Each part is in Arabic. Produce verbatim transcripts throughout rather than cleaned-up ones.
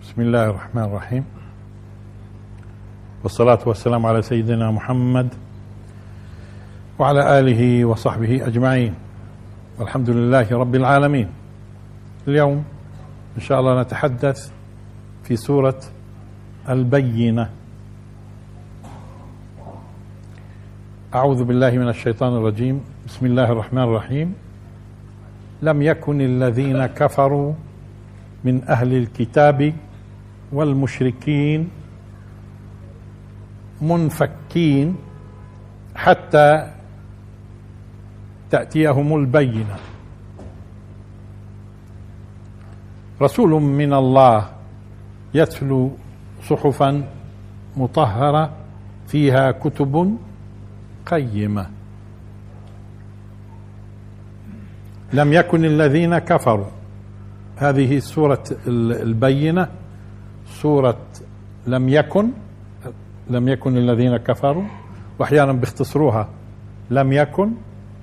بسم الله الرحمن الرحيم، والصلاة والسلام على سيدنا محمد وعلى آله وصحبه أجمعين، والحمد لله رب العالمين. اليوم إن شاء الله نتحدث في سورة البينة. أعوذ بالله من الشيطان الرجيم. بسم الله الرحمن الرحيم. لم يكن الذين كفروا من أهل الكتاب والمشركين منفكين حتى تأتيهم البينة. رسول من الله يتلو صحفا مطهرة فيها كتب قيمة. لم يكن الذين كفروا، هذه سورة البينة، سورة لم يكن لم يكن الذين كفروا، وأحيانا بيختصروها لم يكن.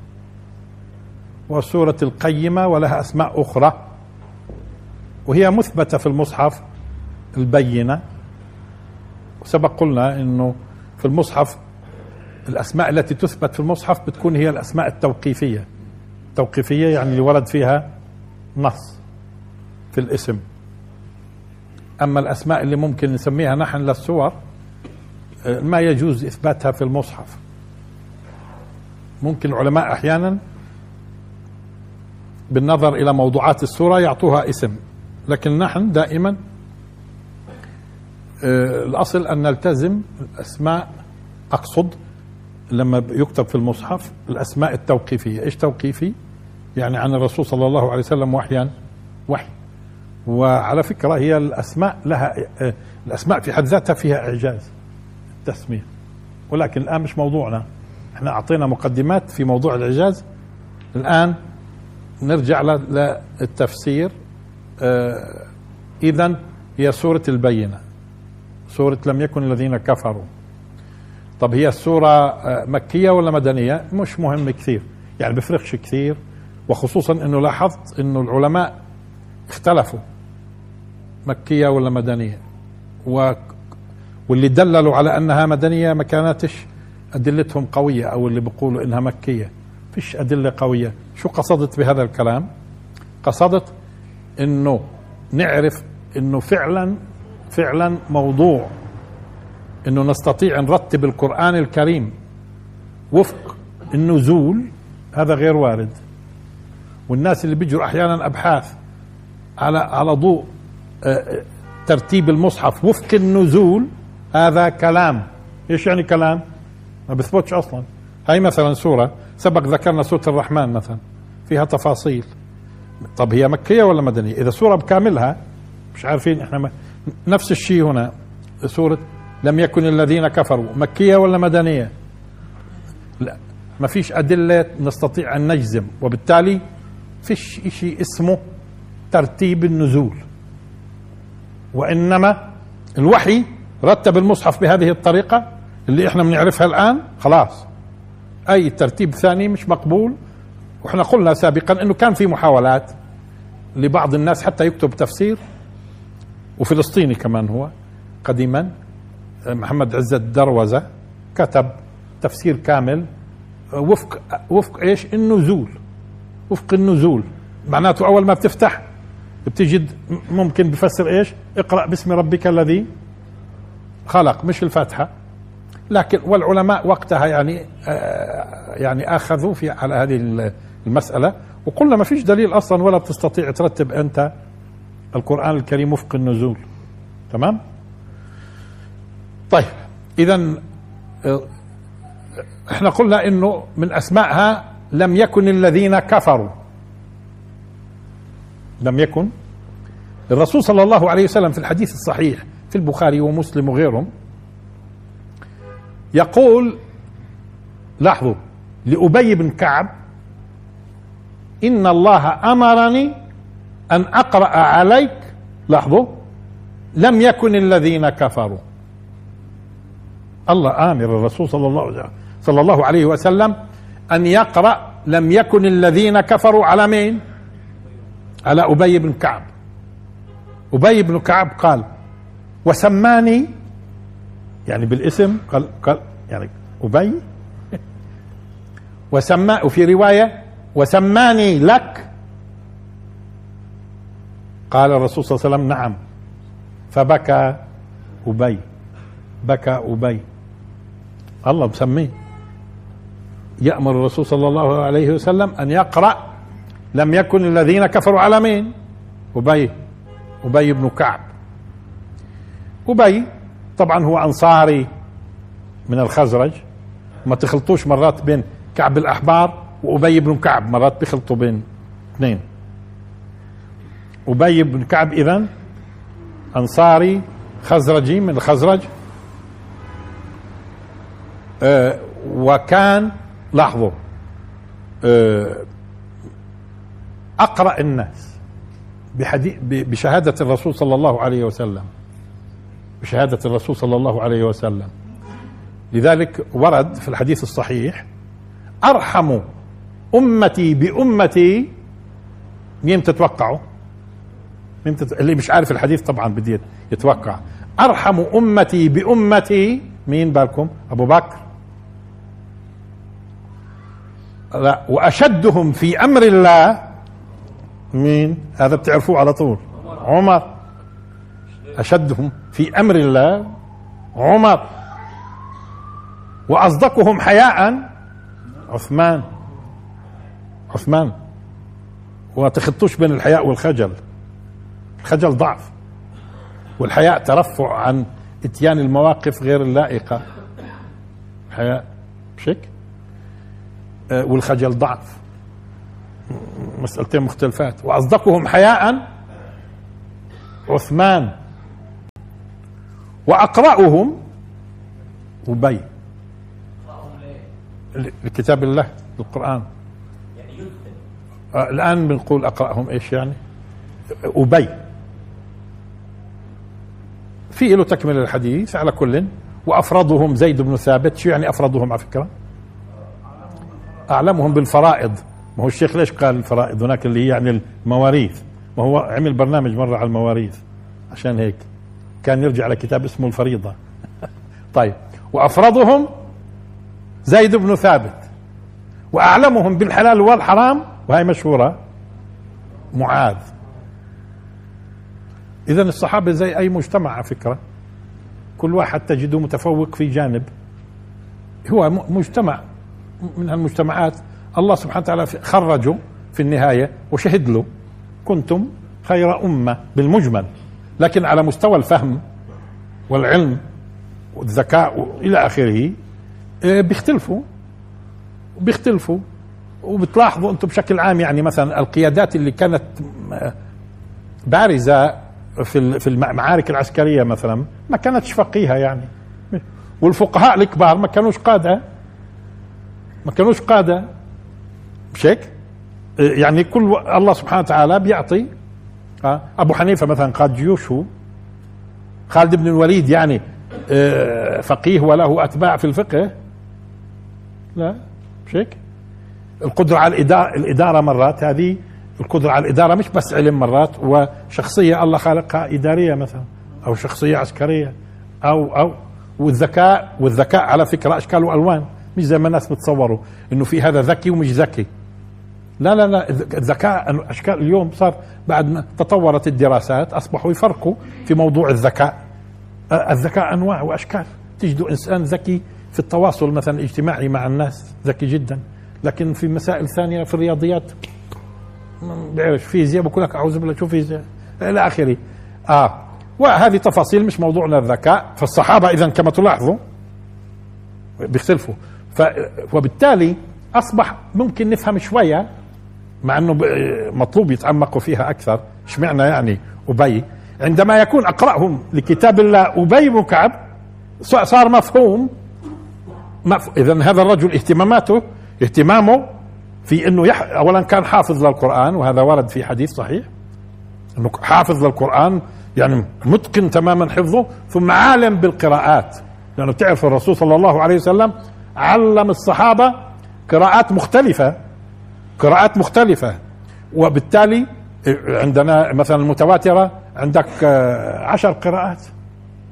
وسورة القيمة ولها أسماء أخرى، وهي مثبتة في المصحف البينة. وسبق قلنا إنه في المصحف الأسماء التي تثبت في المصحف بتكون هي الأسماء التوقيفية. توقيفية يعني اللي ورد فيها نص في الاسم. أما الأسماء اللي ممكن نسميها نحن للصور ما يجوز إثباتها في المصحف. ممكن العلماء أحيانا بالنظر إلى موضوعات السورة يعطوها اسم، لكن نحن دائما الأصل أن نلتزم الأسماء. أقصد لما يكتب في المصحف الأسماء التوقيفية. إيش توقيفي؟ يعني عن الرسول صلى الله عليه وسلم وحيا وحي. وعلى فكرة هي الأسماء لها الأسماء في حد ذاتها فيها إعجاز التسمية، ولكن الآن مش موضوعنا. احنا أعطينا مقدمات في موضوع الإعجاز. الآن نرجع للتفسير. آه إذن هي سورة البينة، سورة لم يكن الذين كفروا. طب هي السورة مكية ولا مدنية؟ مش مهم كثير، يعني بفرقش كثير. وخصوصا انه لاحظت انه العلماء اختلفوا مكية ولا مدنية، و... واللي دللوا على انها مدنية ما كانتش ادلتهم قوية، او اللي بيقولوا انها مكية فيش ادلة قوية. شو قصدت بهذا الكلام؟ قصدت انه نعرف انه فعلا فعلا موضوع انه نستطيع نرتب القرآن الكريم وفق النزول، هذا غير وارد. والناس اللي بيجروا احيانا ابحاث على على ضوء ترتيب المصحف وفق النزول، هذا كلام. ايش يعني كلام؟ ما بثبتش اصلا. هاي مثلا سورة سبق ذكرنا سورة الرحمن مثلا فيها تفاصيل. طب هي مكية ولا مدنية؟ اذا سورة بكاملها مش عارفين احنا ما. نفس الشيء هنا سورة لم يكن الذين كفروا، مكية ولا مدنية؟ لا، ما فيش أدلة نستطيع أن نجزم، وبالتالي فيش شيء اسمه ترتيب النزول. وإنما الوحي رتب المصحف بهذه الطريقة اللي احنا بنعرفها الآن، خلاص. أي ترتيب ثاني مش مقبول. واحنا قلنا سابقا أنه كان في محاولات لبعض الناس حتى يكتب تفسير، وفلسطيني كمان هو قديما محمد عزت دروزة كتب تفسير كامل وفق وفق ايش؟ النزول. وفق النزول معناته اول ما بتفتح بتجد ممكن بفسر ايش؟ اقرأ باسم ربك الذي خلق، مش الفاتحة. لكن والعلماء وقتها يعني آه يعني اخذوا في على هذه المسألة، وقلنا ما فيش دليل اصلا ولا بتستطيع ترتب انت القرآن الكريم وفق النزول. تمام؟ طيب إذن احنا قلنا انه من اسمائها لم يكن الذين كفروا. لم يكن. الرسول صلى الله عليه وسلم في الحديث الصحيح في البخاري ومسلم وغيرهم يقول، لاحظوا، لأبي بن كعب: إن الله أمرني أن أقرأ عليك، لاحظوا، لم يكن الذين كفروا. الله آمر الرسول صلى الله صلى الله عليه وسلم أن يقرأ لم يكن الذين كفروا على مين؟ على أبي بن كعب. أبي بن كعب قال: وسماني يعني بالاسم، قال قال يعني أبي وسما، وفي رواية وسماني لك. قال الرسول صلى الله عليه وسلم نعم، فبكى أبي، بكى أبي. الله مسميه. يأمر الرسول صلى الله عليه وسلم أن يقرأ لم يكن الذين كفروا على مين؟ أبي، أبي بن كعب. أبي طبعا هو أنصاري من الخزرج، ما تخلطوش مرات بين كعب الأحبار وأبي بن كعب، مرات بيخلطوا بين اثنين. أبي بن كعب إذن أنصاري خزرجي من الخزرج. أه وكان لاحظوا أه أقرأ الناس بشهادة الرسول صلى الله عليه وسلم، بشهادة الرسول صلى الله عليه وسلم. لذلك ورد في الحديث الصحيح أرحم أمتي بأمتي. مين تتوقعوا؟ مين تت... اللي مش عارف الحديث طبعا بدي يتوقع. أرحم أمتي بأمتي مين بالكم؟ أبو بكر. لا، وأشدهم في أمر الله مين؟ هذا بتعرفوه على طول، عمر. أشدهم في أمر الله عمر. وأصدقهم حياء عثمان. عثمان. وما تخطوش بين الحياء والخجل. الخجل ضعف، والحياء ترفع عن اتيان المواقف غير اللائقة. الحياء مش هيك؟ أه والخجل ضعف، مسألتين مختلفات. وأصدقهم حياء عثمان، وأقرأهم أبي لكتاب الله القرآن. آه الآن بنقول أقرأهم إيش يعني؟ أبي. في له تكمل الحديث على كل. وأفرضهم زيد بن ثابت. شو يعني أفرضهم على فكرة؟ أعلمهم بالفرائض. ما هو الشيخ ليش قال الفرائض هناك اللي هي يعني المواريث؟ ما هو عمل برنامج مرة على المواريث، عشان هيك كان يرجع على كتاب اسمه الفريضة. طيب، وأفرضهم زيد بن ثابت، وأعلمهم بالحلال والحرام، وهي مشهورة، معاذ. إذن الصحابة زي أي مجتمع على فكرة، كل واحد تجده متفوق في جانب. هو مجتمع من هالمجتمعات الله سبحانه وتعالى خرجوا في النهاية وشهد له كنتم خير أمة بالمجمل، لكن على مستوى الفهم والعلم والذكاء إلى آخره بيختلفوا بيختلفوا وبتلاحظوا أنتم بشكل عام. يعني مثلا القيادات اللي كانت بارزة في في المعارك العسكرية مثلا ما كانتش فقيهة يعني، والفقهاء الكبار ما كانوش قادة، ما كانوش قادة مش هيك؟ يعني كل الله سبحانه وتعالى بيعطي. أبو حنيفة مثلا قاد جيوشه. خالد بن الوليد يعني فقيه وله أتباع في الفقه؟ لا مش هيك؟ القدرة على الإدارة, الإدارة مرات هذه القدرة على الإدارة مش بس علم، مرات وشخصية الله خالقها إدارية مثلا، أو شخصية عسكرية، أو أو والذكاء. والذكاء على فكرة أشكال وألوان، مش زي ما الناس بتصوروا إنه في هذا ذكي ومش ذكي. لا لا لا، الذكاء أشكال. اليوم صار بعد ما تطورت الدراسات أصبحوا يفرقوا في موضوع الذكاء. الذكاء أنواع وأشكال. تجدوا إنسان ذكي في التواصل مثلا الاجتماعي مع الناس، ذكي جدا، لكن في مسائل ثانية في الرياضيات ما بعرف، فيزياء بقول لك أعوذ بالله شو فيزياء إلى آخره. آه وهذه تفاصيل مش موضوعنا الذكاء. فالصحابة إذن كما تلاحظوا بيختلفوا، وبالتالي أصبح ممكن نفهم شوية، مع أنه مطلوب يتعمقوا فيها أكثر. اشمعنى يعني أبي عندما يكون أقرأهم لكتاب الله أبي بن كعب صار مفهوم. إذن هذا الرجل اهتماماته اهتمامه في أنه يح... أولا كان حافظ للقرآن، وهذا ورد في حديث صحيح أنه حافظ للقرآن يعني متقن تماما حفظه، ثم عالم بالقراءات، لأنه بتعرف الرسول صلى الله عليه وسلم علم الصحابة قراءات مختلفة قراءات مختلفة وبالتالي عندنا مثلا المتواترة عندك عشر قراءات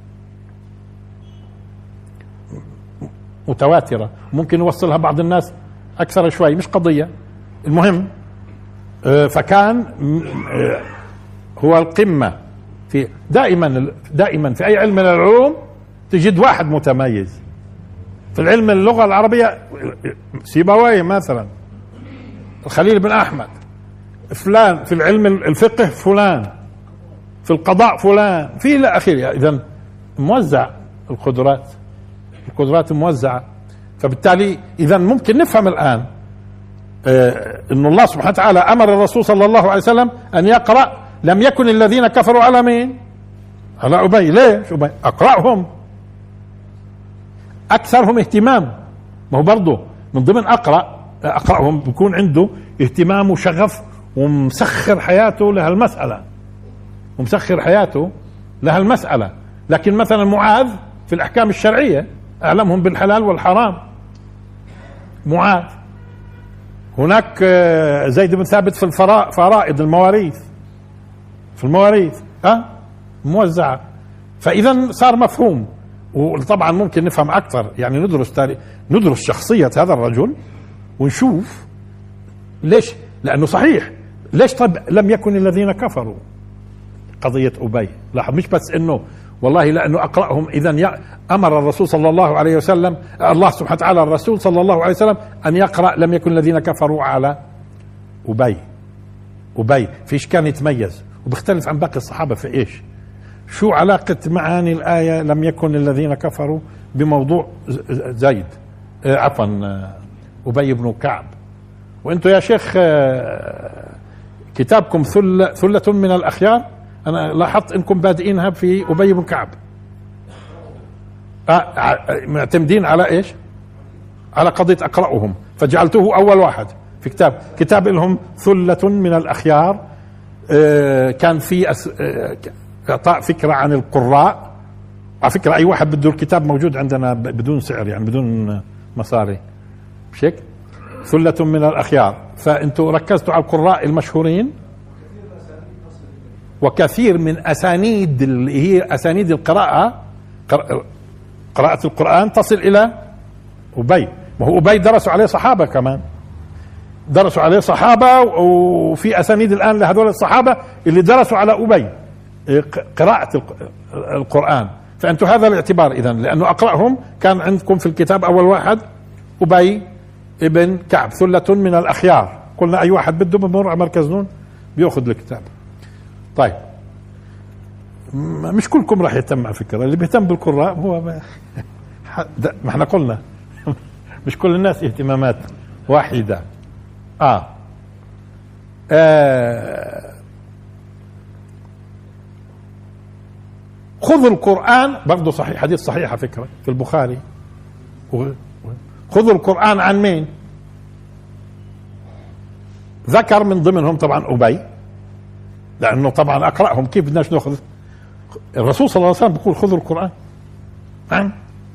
متواترة، ممكن يوصلها بعض الناس أكثر شوي، مش قضية. المهم فكان هو القمة في دائما دائما في أي علم من العلوم تجد واحد متميز. في العلم اللغة العربية سيبويه مثلا، الخليل بن أحمد، فلان في العلم الفقه فلان، في القضاء فلان، في إلى آخره. إذن موزع القدرات، القدرات موزعة. فبالتالي إذن ممكن نفهم الآن آه أن الله سبحانه وتعالى أمر الرسول صلى الله عليه وسلم أن يقرأ لم يكن الذين كفروا على مين؟ على أبي. ليش أبي؟ أقرأهم أكثرهم اهتمام. ما هو برضه من ضمن أقرأ أقرأهم بيكون عنده اهتمام وشغف ومسخر حياته لهالمسألة، ومسخر حياته لهالمسألة. لكن مثلا معاذ في الأحكام الشرعية أعلمهم بالحلال والحرام. معاذ. هناك زيد بن ثابت في الفرائض المواريث، في المواريث ها موزعة. فإذا صار مفهوم. وطبعا ممكن نفهم أكثر، يعني ندرس تاريخ، ندرس شخصية هذا الرجل ونشوف ليش. لأنه صحيح ليش طب لم يكن الذين كفروا؟ قضية أبي، لاحظ مش بس إنه والله لأنه أقرأهم. إذن أمر الرسول صلى الله عليه وسلم، الله سبحانه وتعالى الرسول صلى الله عليه وسلم أن يقرأ لم يكن الذين كفروا على أبي. أبي فيش كان يتميز وبيختلف عن باقي الصحابة في إيش؟ شو علاقة معاني الآية لم يكن الذين كفروا بموضوع زيد آه عفوا أبي بن كعب؟ وأنتم يا شيخ آه كتابكم ثلة, ثلة من الأخيار، أنا لاحظت أنكم بادئينها في أبي بن كعب. آه معتمدين على إيش؟ على قضية أقرأهم، فجعلته أول واحد في كتاب كتاب لهم ثلة من الأخيار. آه كان في أس... آه إعطاء فكرة عن القراء. على فكرة أي واحد بده الكتاب موجود عندنا بدون سعر، يعني بدون مصاري، مش هيك؟ ثلة من الأخيار. فأنتوا ركزتوا على القراء المشهورين، وكثير من أسانيد اللي هي أسانيد القراءة، قراءة القرآن تصل إلى أبي. وهو أبي درسوا عليه صحابة كمان، درسوا عليه صحابة، وفي أسانيد الآن لهذول الصحابة اللي درسوا على أبي قراءة القرآن. فأنتم هذا الاعتبار إذن، لأنه أقرأهم كان عندكم في الكتاب أول واحد أبي ابن كعب، ثلة من الأخيار. قلنا أي واحد بده بمر على مركز نون بيأخذ الكتاب. طيب مش كلكم راح يهتم، على فكرة اللي بيهتم بالقراء هو ما, ما احنا قلنا مش كل الناس اهتمامات واحدة. آه, آه خذوا القرآن برضو صحيح، حديث صحيح على فكرة في البخاري. خذوا القرآن عن مين؟ ذكر من ضمنهم طبعا أبي، لأنه طبعا أقرأهم، كيف بدناش نأخذ؟ الرسول صلى الله عليه وسلم بيقول خذوا القرآن عن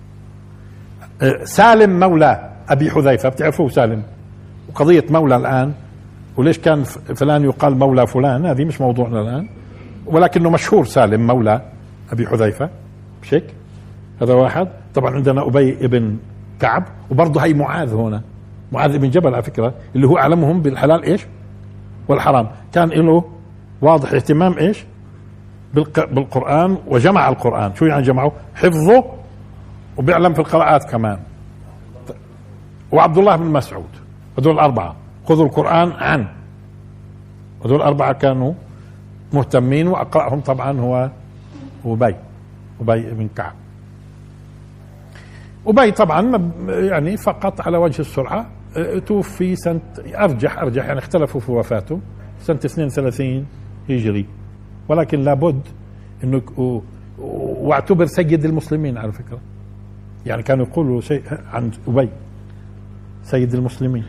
سالم مولى أبي حذيفة. بتعرفوه سالم، وقضية مولى الآن، وليش كان فلان يقال مولى فلان، هذه مش موضوعنا الآن، ولكنه مشهور سالم مولى أبي حذيفة، مش هيك؟ هذا واحد. طبعا عندنا أبي ابن كعب، وبرضه هي معاذ هنا، معاذ ابن جبل على فكرة، اللي هو أعلمهم بالحلال إيش والحرام. كان له واضح اهتمام إيش بالقرآن، وجمع القرآن. شو يعني جمعه؟ حفظه، وبيعلم في القراءات كمان. وعبد الله بن مسعود. هذول الأربعة خذوا القرآن عن، هذول الأربعة كانوا مهتمين. وأقرأهم طبعا هو أبي أبي بن كعب. أبي طبعا يعني فقط على وجه السرعة توفي سنة، أرجح أرجح يعني اختلفوا في وفاته، سنة اثنين وثلاثين هجري، ولكن لابد انه، واعتبر سيد المسلمين على فكرة، يعني كانوا يقولوا شيء عن أبي سيد المسلمين.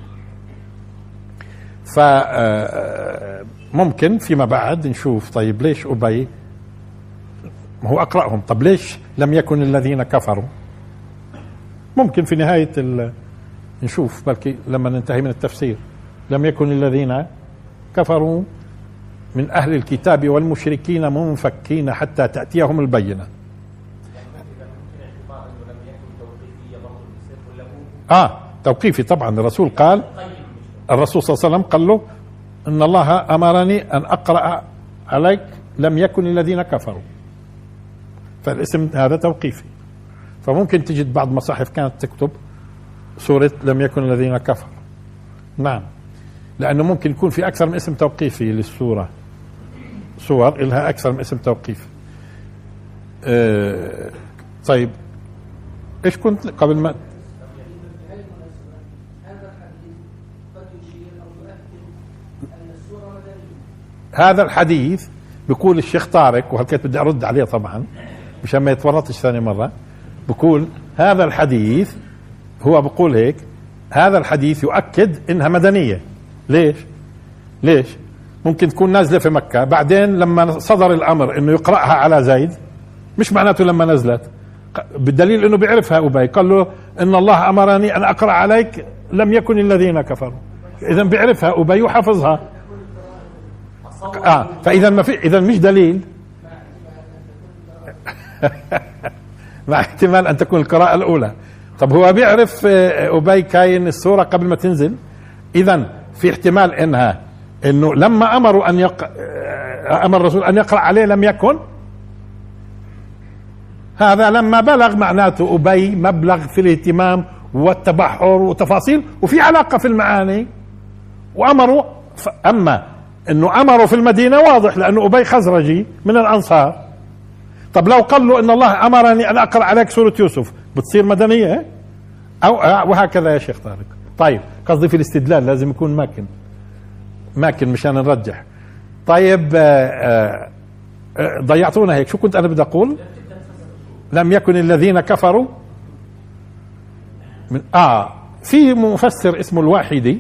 فممكن فيما بعد نشوف طيب ليش أبي، ما هو أقرأهم، طب ليش لم يكن الذين كفروا؟ ممكن في نهاية نشوف بلكي لما ننتهي من التفسير، لم يكن الذين كفروا من أهل الكتاب والمشركين منفكين حتى تأتيهم البينة. اه توقيفي طبعا. الرسول قال، الرسول صلى الله عليه وسلم قال له ان الله امرني ان اقرأ عليك لم يكن الذين كفروا، فالاسم هذا توقيفي. فممكن تجد بعض مصاحف كانت تكتب سورة لم يكن الذين كفروا. نعم، لأنه ممكن يكون في أكثر من اسم توقيفي للسورة، صور إلها أكثر من اسم توقيفي. أه طيب إيش كنت قبل ما هذا الحديث بيقول الشيخ طارق، وهالكيت بدي أرد عليه طبعا مشان ما يتورطش ثاني مرة، بقول هذا الحديث هو بقول هيك، هذا الحديث يؤكد إنها مدنية. ليش؟ ليش؟ ممكن تكون نازلة في مكة، بعدين لما صدر الأمر إنه يقرأها على زيد، مش معناته لما نزلت، بالدليل إنه بيعرفها أبي، قال له إن الله أمرني أن أقرأ عليك لم يكن الذين كفروا، إذا بيعرفها أبي وحفظها. آه فإذا ما في، إذا مش دليل مع احتمال أن تكون القراءة الأولى. طب هو بيعرف أبي كاين السورة قبل ما تنزل، إذا في احتمال إنها إنه لما أمروا أن يق... أمر الرسول أن يقرأ عليه لم يكن، هذا لما بلغ معناته أبي مبلغ في الاهتمام والتبحر وتفاصيل وفي علاقة في المعاني وأمروا. ف... أما إنه أمروا في المدينة واضح، لأنه أبي خزرجي من الأنصار. طب لو قال له إن الله أمرني أن أقرأ عليك سورة يوسف، بتصير مدنية أو وهكذا يا شيخ طارق. طيب قصدي في الاستدلال لازم يكون ماكن ماكن مشان نرجح. طيب ضيعتونا هيك. شو كنت أنا بدي أقول؟ لم يكن الذين كفروا من آه في مفسر اسمه الواحدي،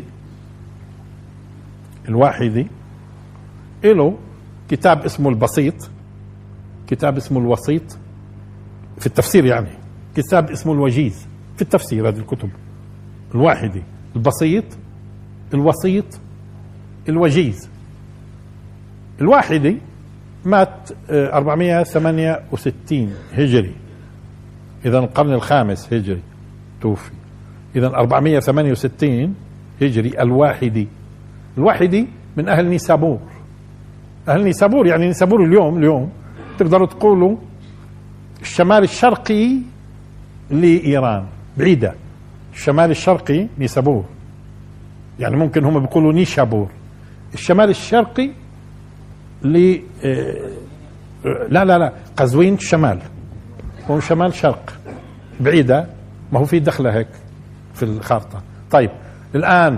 الواحدي له كتاب اسمه البسيط، كتاب اسمه الوسيط في التفسير، يعني كتاب اسمه الوجيز في التفسير. هذه الكتب الواحدي، البسيط، الوسيط، الوجيز. الواحدي مات أربعمائة وثمانية وستين هجري، إذا القرن الخامس هجري توفي، إذا أربعمائة وثمانية وستين هجري. الواحدي، الواحدي من أهل نيسابور. أهل نيسابور يعني نيسابور اليوم اليوم تقدروا تقولوا الشمال الشرقي لإيران، بعيدة. الشمال الشرقي نيسابور، يعني ممكن هم بيقولوا نيشابور. الشمال الشرقي ل لا لا لا قزوين الشمال، هو شمال شرق، بعيدة، ما هو في دخلة هيك في الخارطة. طيب الآن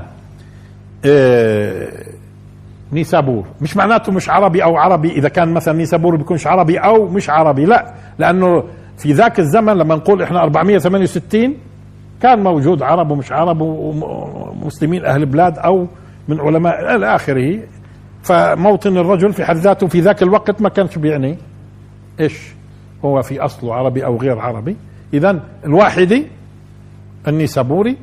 نيسابور مش معناته مش عربي أو عربي، إذا كان مثلا نيسابور بيكونش عربي أو مش عربي، لا، لأنه في ذاك الزمن لما نقول إحنا أربعمائة وثمانية وستين كان موجود عرب ومش عرب ومسلمين أهل بلاد أو من علماء إلى آخره. فموطن الرجل في حد ذاته في ذاك الوقت ما كانش بيعني إيش هو في أصله عربي أو غير عربي. إذن الواحدي النيسابوري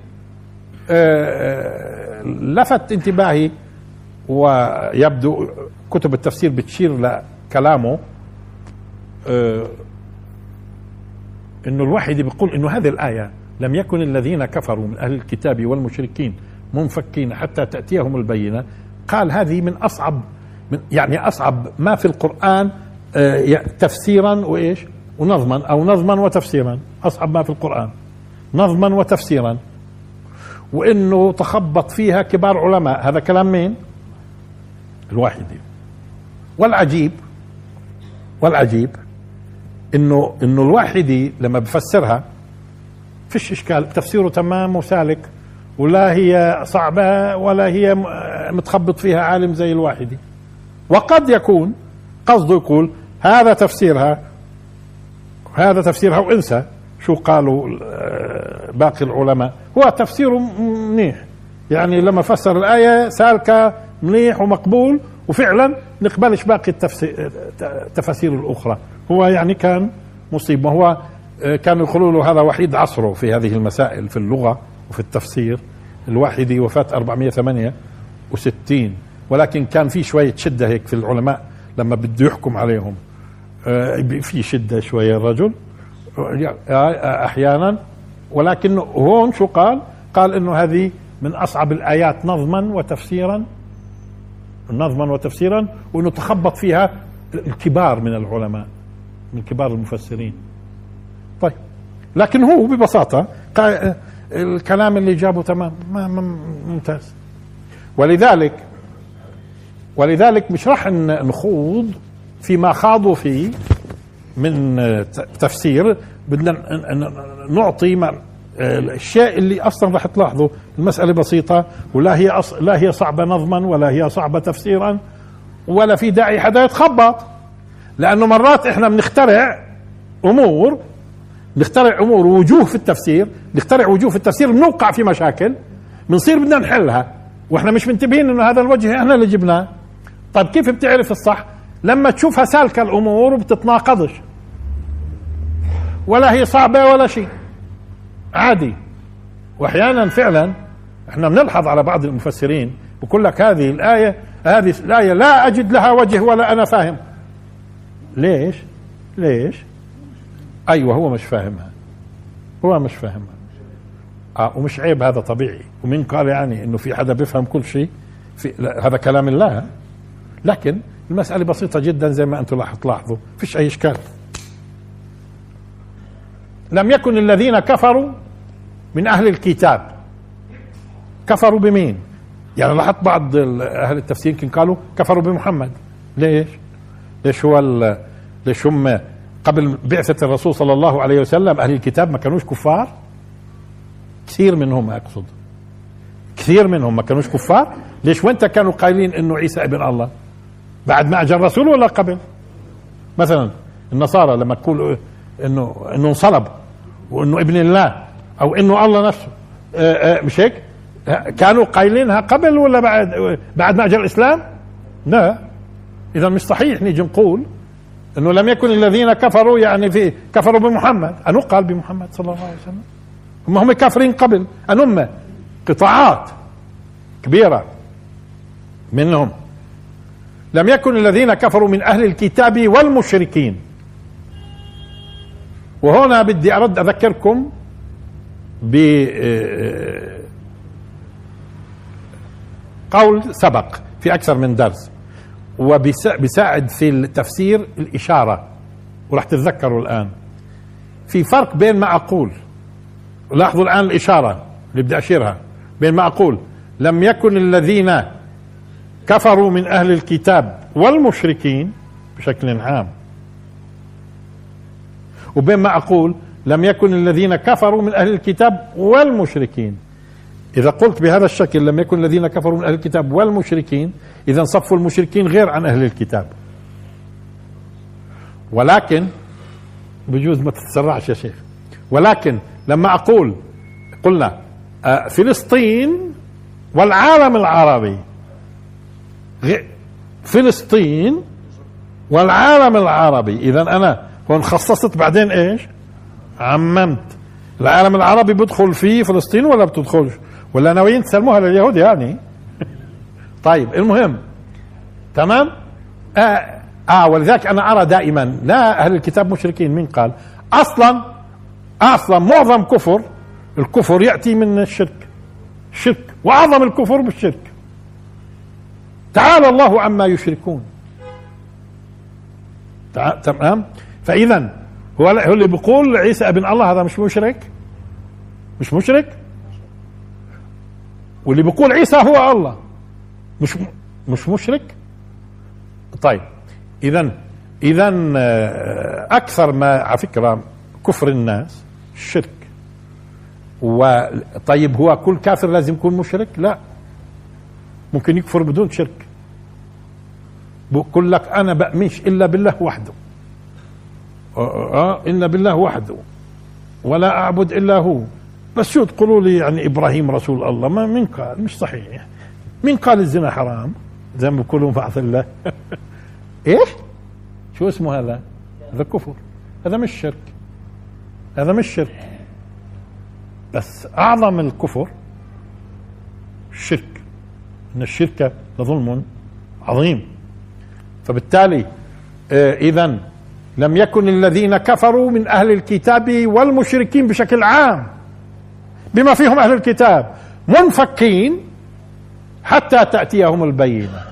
لفت انتباهي، ويبدو كتب التفسير بتشير لكلامه انه الواحدي بيقول انه هذه الآية لم يكن الذين كفروا من أهل الكتاب والمشركين منفكين حتى تأتيهم البينة. قال هذه من أصعب من يعني أصعب ما في القرآن تفسيرا وإيش ونظما، أو نظما وتفسيرا، أصعب ما في القرآن نظما وتفسيرا، وإنه تخبط فيها كبار علماء. هذا كلام مين؟ الواحدي. والعجيب والعجيب إنه إنه الواحدي لما بفسرها فيش إشكال، تفسيره تمام وسالك، ولا هي صعبة ولا هي متخبط فيها عالم زي الواحدي. وقد يكون قصده يقول هذا تفسيرها، هذا تفسيرها وانسى شو قالوا باقي العلماء، هو تفسيره منيح، يعني لما فسر الآية سالكة منيح ومقبول، وفعلا نقبلش باقي التفاسير الأخرى. هو يعني كان مصيب، وهو كانوا يقولوا له هذا وحيد عصره في هذه المسائل في اللغة وفي التفسير. الواحدي وفاة أربعمائة وثمانية وستين، ولكن كان في شوية شدة هيك في العلماء لما بده يحكم عليهم، في شدة شوية الرجل أحيانا. ولكن هون شو قال؟ قال إنه هذه من أصعب الآيات نظما وتفسيرا، نظما وتفسيرا، وإنه تخبط فيها الكبار من العلماء، من كبار المفسرين. طيب، لكن هو ببساطة الكلام اللي جابه تمام ممتاز. ولذلك ولذلك مش راح نخوض فيما خاضوا فيه من تفسير، بدنا نعطي الشيء اللي اصلا راح تلاحظوا المسألة بسيطة، ولا هي أص... لا هي صعبة نظما ولا هي صعبة تفسيرا، ولا في داعي حدا يتخبط. لأنه مرات احنا بنخترع امور نخترع امور ووجوه في التفسير، نخترع وجوه في التفسير، بنوقع في مشاكل، بنصير بدنا نحلها واحنا مش منتبهين انه هذا الوجه احنا اللي جبناه. طيب كيف بتعرف الصح؟ لما تشوفها سالكة الامور وبتتناقضش، ولا هي صعبة ولا شيء، عادي. واحيانا فعلا احنا بنلحظ على بعض المفسرين بقول لك هذه الآية هذه الآية لا أجد لها وجه ولا أنا فاهم. ليش؟ ليش؟ أيوة، هو مش فاهمها، هو مش فاهمها. آه ومش عيب، هذا طبيعي. ومن قال يعني إنه في حدا بيفهم كل شيء؟ في هذا كلام الله. لكن المسألة بسيطة جدا زي ما أنتم راح تلاحظوا، فيش أي إشكال. لم يكن الذين كفروا من أهل الكتاب. كفروا بمين؟ يعني لاحظت بعض أهل التفسير يمكن قالوا كفروا بمحمد. ليش؟ ليش هو ليش هم قبل بعثة الرسول صلى الله عليه وسلم أهل الكتاب ما كانوش كفار؟ كثير منهم، أقصد كثير منهم ما كانوش كفار. ليش وانت كانوا قايلين إنه عيسى ابن الله بعد ما أجى الرسول ولا قبل؟ مثلا النصارى لما تقول إنه إنه انصلب وإنه ابن الله أو إنه الله نفسه، آآ آآ مش هيك؟ كانوا قايلينها قبل ولا بعد بعد ما أجى الإسلام؟ لا. إذا مش صحيح نيجي نقول إنه لم يكن الذين كفروا يعني في كفروا بمحمد. أنو قال بمحمد صلى الله عليه وسلم؟ هم هم كافرين قبل، أنهم قطاعات كبيرة منهم. لم يكن الذين كفروا من أهل الكتاب والمشركين. وهنا بدي أرد أذكركم بقول سبق في أكثر من درس، وبيساعد في التفسير الإشارة، وراح تتذكروا الآن. في فرق بين ما أقول، لاحظوا الآن الإشارة اللي بدي أشيرها، بين ما أقول لم يكن الذين كفروا من أهل الكتاب والمشركين بشكل عام، وبين ما أقول لم يكن الذين كفروا من أهل الكتاب والمشركين. إذا قلت بهذا الشكل لم يكن الذين كفروا من أهل الكتاب والمشركين، إذا صفوا المشركين غير عن أهل الكتاب. ولكن بجوز ما تتسرعش يا شيخ، ولكن لما أقول قلنا فلسطين والعالم العربي، فلسطين والعالم العربي، إذا أنا هون خصصت بعدين إيش؟ عممت. العالم العربي بدخل فيه فلسطين ولا بتدخلش؟ ولا ناويين تسلموها لليهود يعني؟ طيب المهم تمام. آه, اه ولذلك انا ارى دائما لا اهل الكتاب مشركين. مين قال؟ اصلا اصلا معظم كفر الكفر ياتي من الشرك، الشرك واعظم الكفر بالشرك. تعالى الله عما يشركون. تمام. فاذا هو هو اللي بيقول عيسى ابن الله هذا مش مشرك؟ مش مشرك؟ واللي بيقول عيسى هو الله مش مش مشرك؟ طيب اذا اذا اكثر ما على فكره كفر الناس الشرك. وطيب هو كل كافر لازم يكون مشرك؟ لا، ممكن يكفر بدون شرك. بقول لك انا بأمنش الا بالله وحده، اه إلا بالله وحده ولا اعبد الا هو. بس شو تقولوا لي يعني ابراهيم رسول الله؟ ما من قال؟ مش صحيح. مين قال الزنا حرام زي ما بيقولوا بعض الله؟ ايش شو اسمه هذا؟ هذا كفر، هذا مش شرك، هذا مش شرك. بس اعظم الكفر الشرك، ان الشرك لظلم عظيم. فبالتالي آه اذا لم يكن الذين كفروا من اهل الكتاب والمشركين بشكل عام، بما فيهم أهل الكتاب منفكين حتى تأتيهم البينة.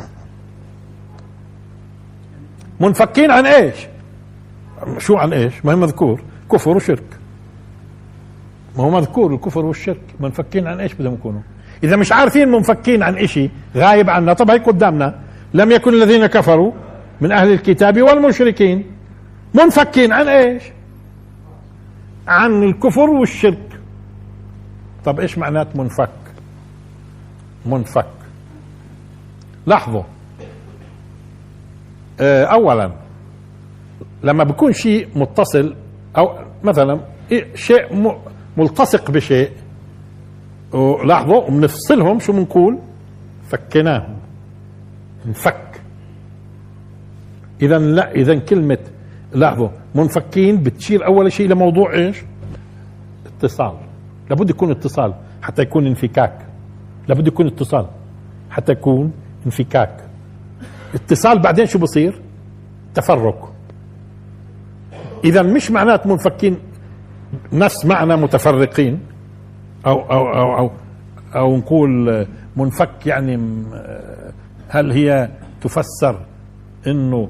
منفكين عن ايش؟ شو عن ايش؟ ما هو مذكور كفر وشرك، ما هو مذكور الكفر والشرك. منفكين عن ايش بدهم يكونوا؟ اذا مش عارفين منفكين عن اشي غايب عنا. طب هي قدامنا، لم يكن الذين كفروا من اهل الكتاب والمشركين منفكين عن ايش؟ عن الكفر والشرك. طب ايش معنات منفك؟ منفك لاحظوا، اولا لما بيكون شيء متصل او مثلا شيء ملتصق بشيء، لاحظوا وبنفصلهم شو بنقول؟ فكناهم، انفك. اذا لا، اذا كلمه لاحظوا منفكين بتشير اول شيء لموضوع ايش؟ اتصال. لابد يكون اتصال حتى يكون انفكاك، لابد يكون اتصال حتى يكون انفكاك. اتصال بعدين شو بصير؟ تفرق. اذا مش معنات منفكين نفس معنى متفرقين او او او او, أو نقول منفك يعني هل هي تفسر انه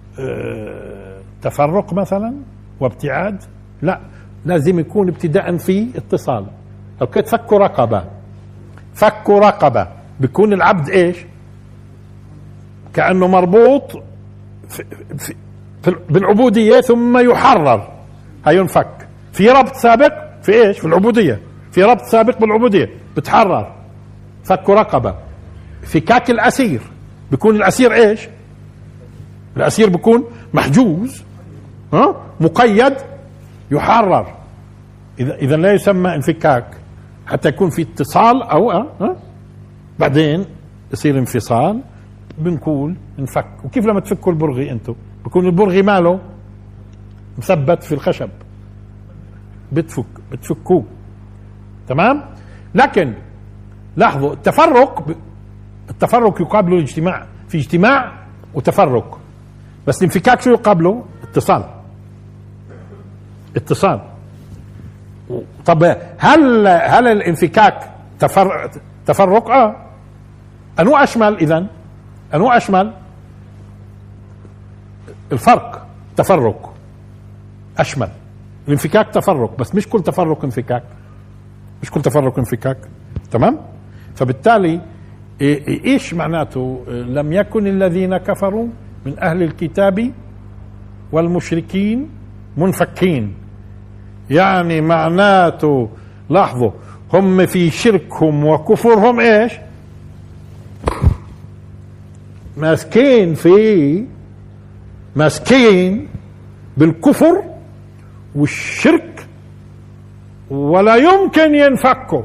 تفرق مثلا وابتعاد؟ لا، لازم يكون ابتداء في اتصال. لو كنت فك رقبة، فك رقبة بيكون العبد ايش؟ كأنه مربوط في في في بالعبودية ثم يحرر، هينفك. في ربط سابق في ايش؟ في العبودية، في ربط سابق بالعبودية بتحرر، فك رقبة. فكاك الأسير بيكون الأسير ايش؟ الأسير بيكون محجوز، ها، مقيد، يحرر. إذا إذا لا يسمى انفكاك حتى يكون في اتصال أو أه؟ أه؟ بعدين يصير انفصال، بنقول انفك. وكيف لما تفكوا البرغي انتم؟ بكون البرغي ماله مثبت في الخشب، بتفك بتفكوه، تمام. لكن لاحظوا التفرق، التفرق يقابله الاجتماع، في اجتماع وتفرق. بس الانفكاك شو يقابله؟ اتصال، اتصال. طب هل هل الانفكاك تفرق؟ تفرق اه انو اشمل؟ اذا انو اشمل؟ الفرق تفرق اشمل، الانفكاك تفرق، بس مش كل تفرق انفكاك، مش كل تفرق انفكاك، تمام. فبالتالي ايش معناته لم يكن الذين كفروا من اهل الكتاب والمشركين منفكين؟ يعني معناته لاحظوا هم في شركهم وكفرهم ايش؟ ماسكين في ماسكين بالكفر والشرك، ولا يمكن ينفكوا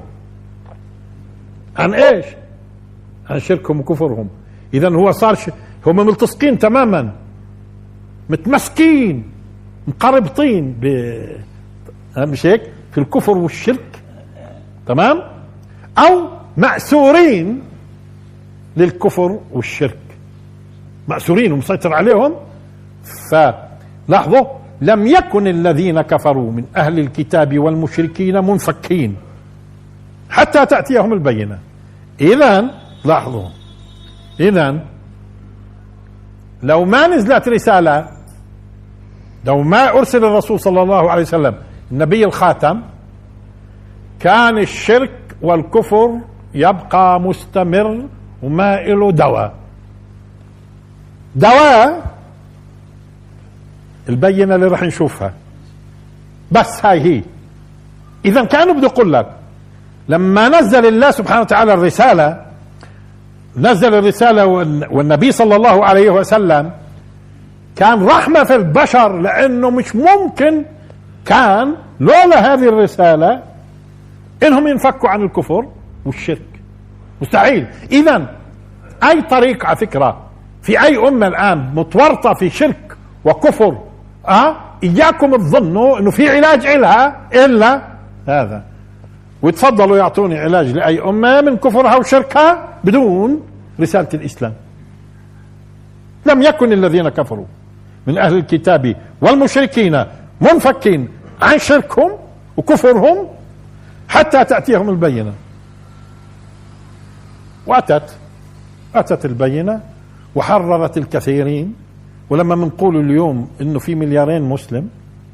عن ايش؟ عن شركهم وكفرهم. اذا هو صار ش... هم ملتصقين تماما، متمسكين، مقربطين ب مش هيك في الكفر والشرك، تمام، او مأسورين للكفر والشرك، مأسورين ومسيطر عليهم. فلاحظوا لم يكن الذين كفروا من أهل الكتاب والمشركين منفكين حتى تأتيهم البينة. إذن لاحظوا، إذن لو ما نزلت رسالة، لو ما أرسل الرسول صلى الله عليه وسلم النبي الخاتم، كان الشرك والكفر يبقى مستمر وما له دواء. دواء البينة اللي رح نشوفها، بس هاي هي. إذا كانوا بده يقول لك لما نزل الله سبحانه وتعالى الرسالة، نزل الرسالة والنبي صلى الله عليه وسلم كان رحمة في البشر، لأنه مش ممكن كان لولا هذه الرسالة إنهم ينفكوا عن الكفر والشرك، مستحيل. إذن أي طريق على فكرة في أي أمة الآن متورطة في شرك وكفر، أه إياكم تظنوا إنه في علاج إلها إلا هذا، ويتفضلوا يعطوني علاج لأي أمة من كفرها وشركها بدون رسالة الإسلام. لم يكن الذين كفروا من أهل الكتاب والمشركين منفكين عن شركهم وكفرهم حتى تأتيهم البينة. وأتت أتت البينة وحررت الكثيرين. ولما بنقول اليوم إنه في مليارين مسلم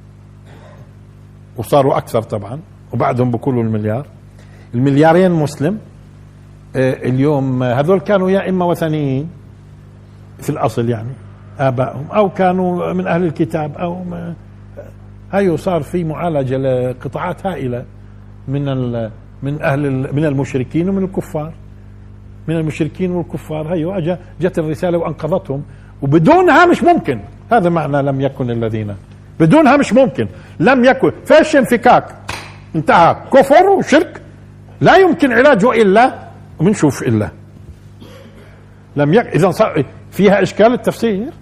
وصاروا أكثر طبعا وبعدهم بقولوا المليار، المليارين مسلم اليوم هذول كانوا يا إما وثنيين في الأصل يعني آبائهم، أو كانوا من أهل الكتاب، أو ما هاي صار في معالجة لقطاعات هائلة من من أهل من المشركين ومن الكفار، من المشركين والكفار. هيو أجا جت الرسالة وأنقذتهم، وبدونها مش ممكن. هذا معنى لم يكن الذين، بدونها مش ممكن. لم يكن فيش انفكاك، انتهى كفر وشرك لا يمكن علاجه إلا ومنشوف إلا لم يك... إذا صار فيها إشكال التفسير،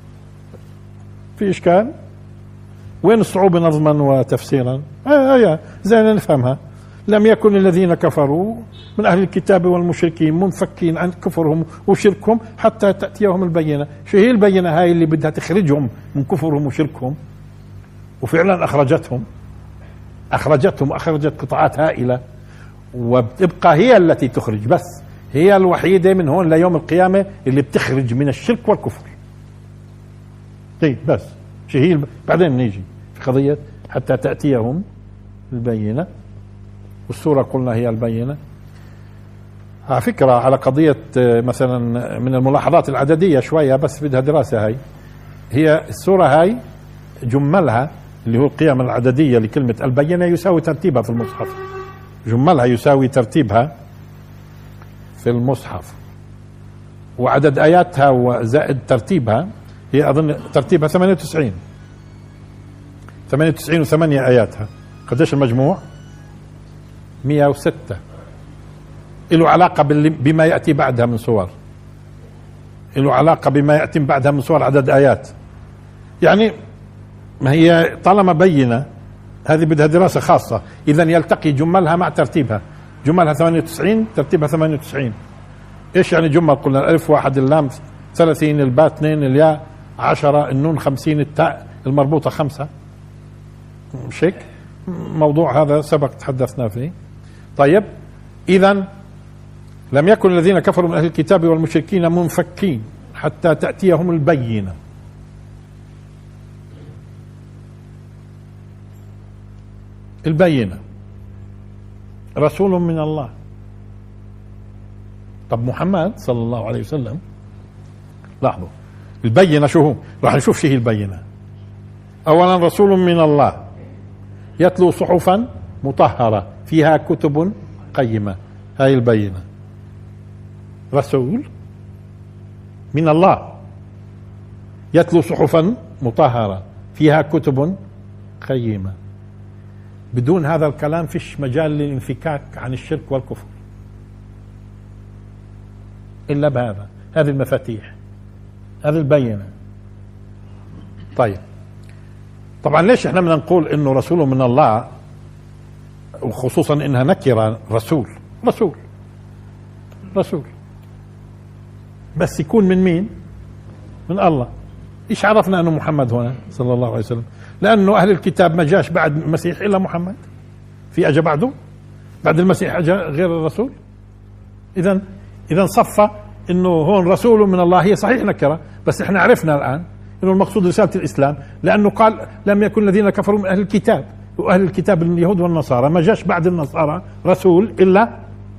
في إشكال. وين الصعوبة نظما وتفسيرا؟ آه آه زين نفهمها. لم يكن الذين كفروا من أهل الكتاب والمشركين منفكين عن كفرهم وشركهم حتى تأتيهم البينة. شو هي البينة هاي اللي بدها تخرجهم من كفرهم وشركهم؟ وفعلا أخرجتهم أخرجتهم أخرجت قطاعات هائلة، وبتبقى هي التي تخرج، بس هي الوحيدة من هون ليوم القيامة اللي بتخرج من الشرك والكفر. طيب بس شو هي الب... بعدين نيجي في قضية حتى تأتيهم البينة، والسورة قلنا هي البينة. على فكرة على قضية مثلا من الملاحظات العددية شوية بس بدها دراسة. هاي هي السورة هاي جملها اللي هو القيم العددية لكلمة البينة يساوي ترتيبها في المصحف، جملها يساوي ترتيبها في المصحف، وعدد آياتها وزائد ترتيبها هي أظن ترتيبها ثمانية وتسعين ثمانية وتسعين وثمانية آياتها. قديش المجموع؟ مئة وستة. له علاقة بما يأتي بعدها من صور، له علاقة بما يأتي بعدها من صور عدد آيات. يعني ما هي طالما بينة هذه بدها دراسة خاصة. إذا يلتقي جملها مع ترتيبها، جملها ثمانية وتسعين ترتيبها ثمانية وتسعين. إيش يعني جمل؟ قلنا الألف واحد، اللام ثلاثين، الباء اثنين، الياء عشرة، النون خمسين، التاء المربوطة خمسة. مش هيك؟ موضوع هذا سبق تحدثنا فيه. طيب إذن لم يكن الذين كفروا من أهل الكتاب والمشركين منفكين حتى تأتيهم البينة. البينة رسول من الله. طب محمد صلى الله عليه وسلم، لاحظوا البينة شو هو؟ راح نشوف شو هي البينة. أولا رسول من الله يتلو صحفا مطهرة فيها كتب قيمة. هاي البينة، رسول من الله يتلو صحفا مطهرة فيها كتب قيمة. بدون هذا الكلام فيش مجال للانفكاك عن الشرك والكفر إلا بهذا. هذه المفاتيح، هذه البينة. طيب طبعا ليش احنا بدنا نقول انه رسول من الله، وخصوصا انها نكرة؟ رسول رسول رسول بس يكون من مين؟ من الله. ايش عرفنا انه محمد هنا صلى الله عليه وسلم؟ لانه اهل الكتاب ما جاش بعد المسيح الا محمد. في اجى بعده؟ بعد المسيح اجى غير الرسول؟ اذا اذا صفى انه هون رسول من الله. هي صحيح نكرة، بس احنا عرفنا الان انه المقصود رسالة الاسلام، لانه قال لم يكن الذين كفروا من اهل الكتاب، واهل الكتاب اليهود والنصارى ما جاش بعد النصارى رسول الا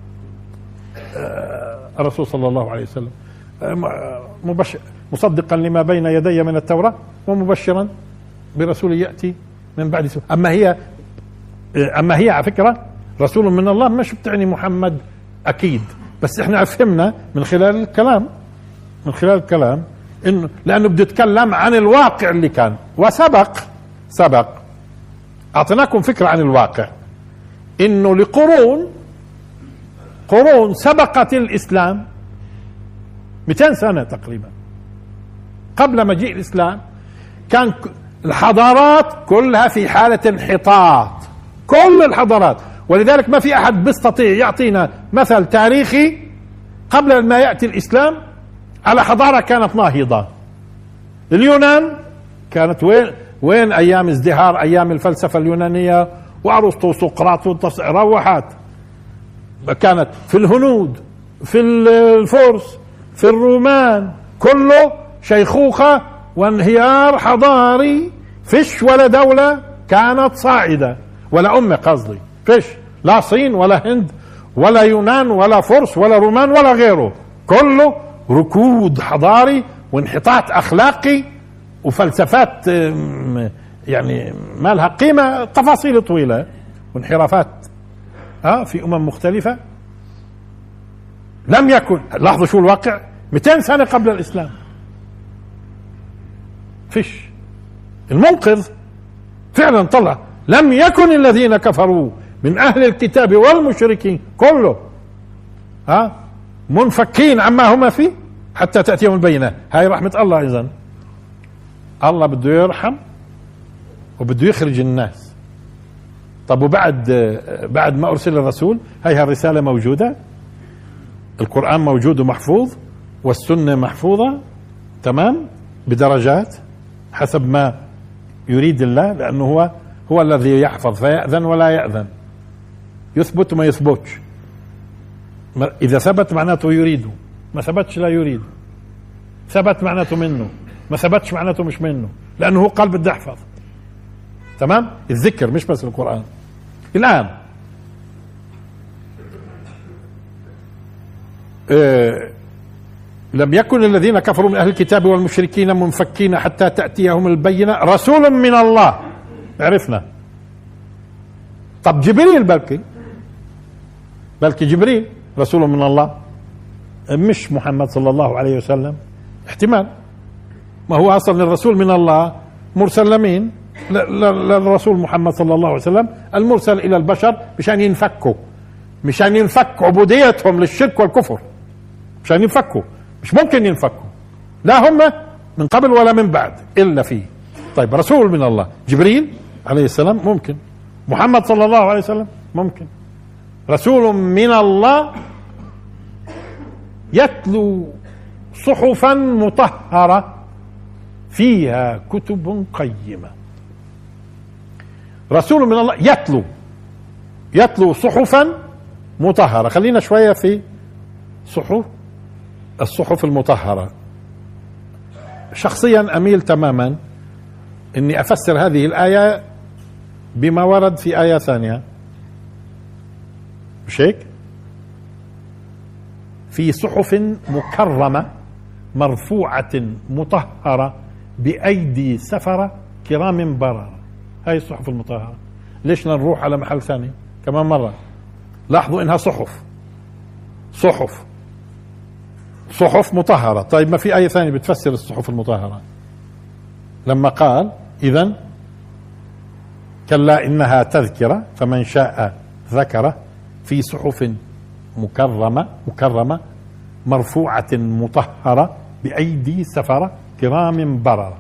الرسول صلى الله عليه وسلم، مبشر مصدقا لما بين يدي من التوراة ومبشرا برسول يأتي من بعد اسمه. أما هي أما هي على فكرة رسول من الله مش بتعني محمد أكيد، بس إحنا فهمنا من خلال الكلام من خلال الكلام إنه لأنه بده يتكلم عن الواقع اللي كان. وسبق سبق أعطيناكم فكرة عن الواقع، إنه لقرون قرون سبقت الإسلام مئتين سنة تقريبا قبل مجيء الإسلام. كان الحضارات كلها في حالة انحطاط، كل الحضارات. ولذلك ما في أحد بيستطيع يعطينا مثل تاريخي قبل ما يأتي الإسلام على حضارة كانت ناهضة. اليونان كانت وين وين أيام ازدهار أيام الفلسفة اليونانية وأرسطو وسقراط روحات. كانت في الهنود، في الفرس، في الرومان، كله شيخوخة وانهيار حضاري. فيش ولا دولة كانت صاعدة، ولا أمة قصدي، فيش لا صين ولا هند ولا يونان ولا فرس ولا رومان ولا غيره، كله ركود حضاري وانحطاط أخلاقي وفلسفات يعني ما لها قيمة، تفاصيل طويلة وانحرافات اه في أمم مختلفة. لم يكن، لاحظوا شو الواقع، مئتين سنة قبل الإسلام فيش. المنقذ فعلا طلع لم يكن الذين كفروا من أهل الكتاب والمشركين كله ها منفكين عما هما فيه حتى تأتيهم البينة. هاي رحمة الله. إذن الله بده يرحم وبده يخرج الناس. طب وبعد بعد ما أرسل الرسول هاي الرسالة موجودة، القرآن موجود ومحفوظ والسنة محفوظة تمام بدرجات حسب ما يريد الله، لأنه هو هو الذي يحفظ فيأذن ولا يأذن، يثبت وما يثبتش. إذا ثبت معناته يريده، ما ثبتش لا يريد. ثبت معناته منه، ما ثبتش معناته مش منه، لأنه هو قال بدي أحفظ. تمام؟ الذكر مش بس القرآن. الآن آه لم يكن الذين كفروا من أهل الكتاب والمشركين منفكين حتى تأتيهم البينة رسول من الله. عرفنا. طب جبريل بلكي بلكي جبريل رسول من الله، مش محمد صلى الله عليه وسلم. احتمال، ما هو أصلا الرسول من الله مرسل لمين؟ للرسول محمد صلى الله عليه وسلم المرسل إلى البشر مشان ينفكوا، مشان ينفكوا عبوديتهم للشرك والكفر، مشان ينفكوا. مش ممكن ينفكوا، لا هم من قبل ولا من بعد إلا فيه. طيب رسول من الله جبريل عليه السلام ممكن، محمد صلى الله عليه وسلم ممكن. رسول من الله يتلو صحفا مطهرة فيها كتب قيمة. رسول من الله يتلو يتلو صحفا مطهرة. خلينا شوية في صحف الصحف المطهرة. شخصيا أميل تماما أني أفسر هذه الآية بما ورد في آية ثانية، مش هيك؟ في صحف مكرمة مرفوعة مطهرة بأيدي سفرة كرام بررة. هاي الصحف المطهرة. ليش نروح على محل ثاني كمان مرة؟ لاحظوا إنها صحف صحف صحف مطهرة. طيب ما في آية ثانية بتفسر الصحف المطهرة لما قال إذن كلا إنها تذكرة فمن شاء ذكره في صحف مكرمة مكرمة مرفوعة مطهرة بأيدي سفرة كرام بررة.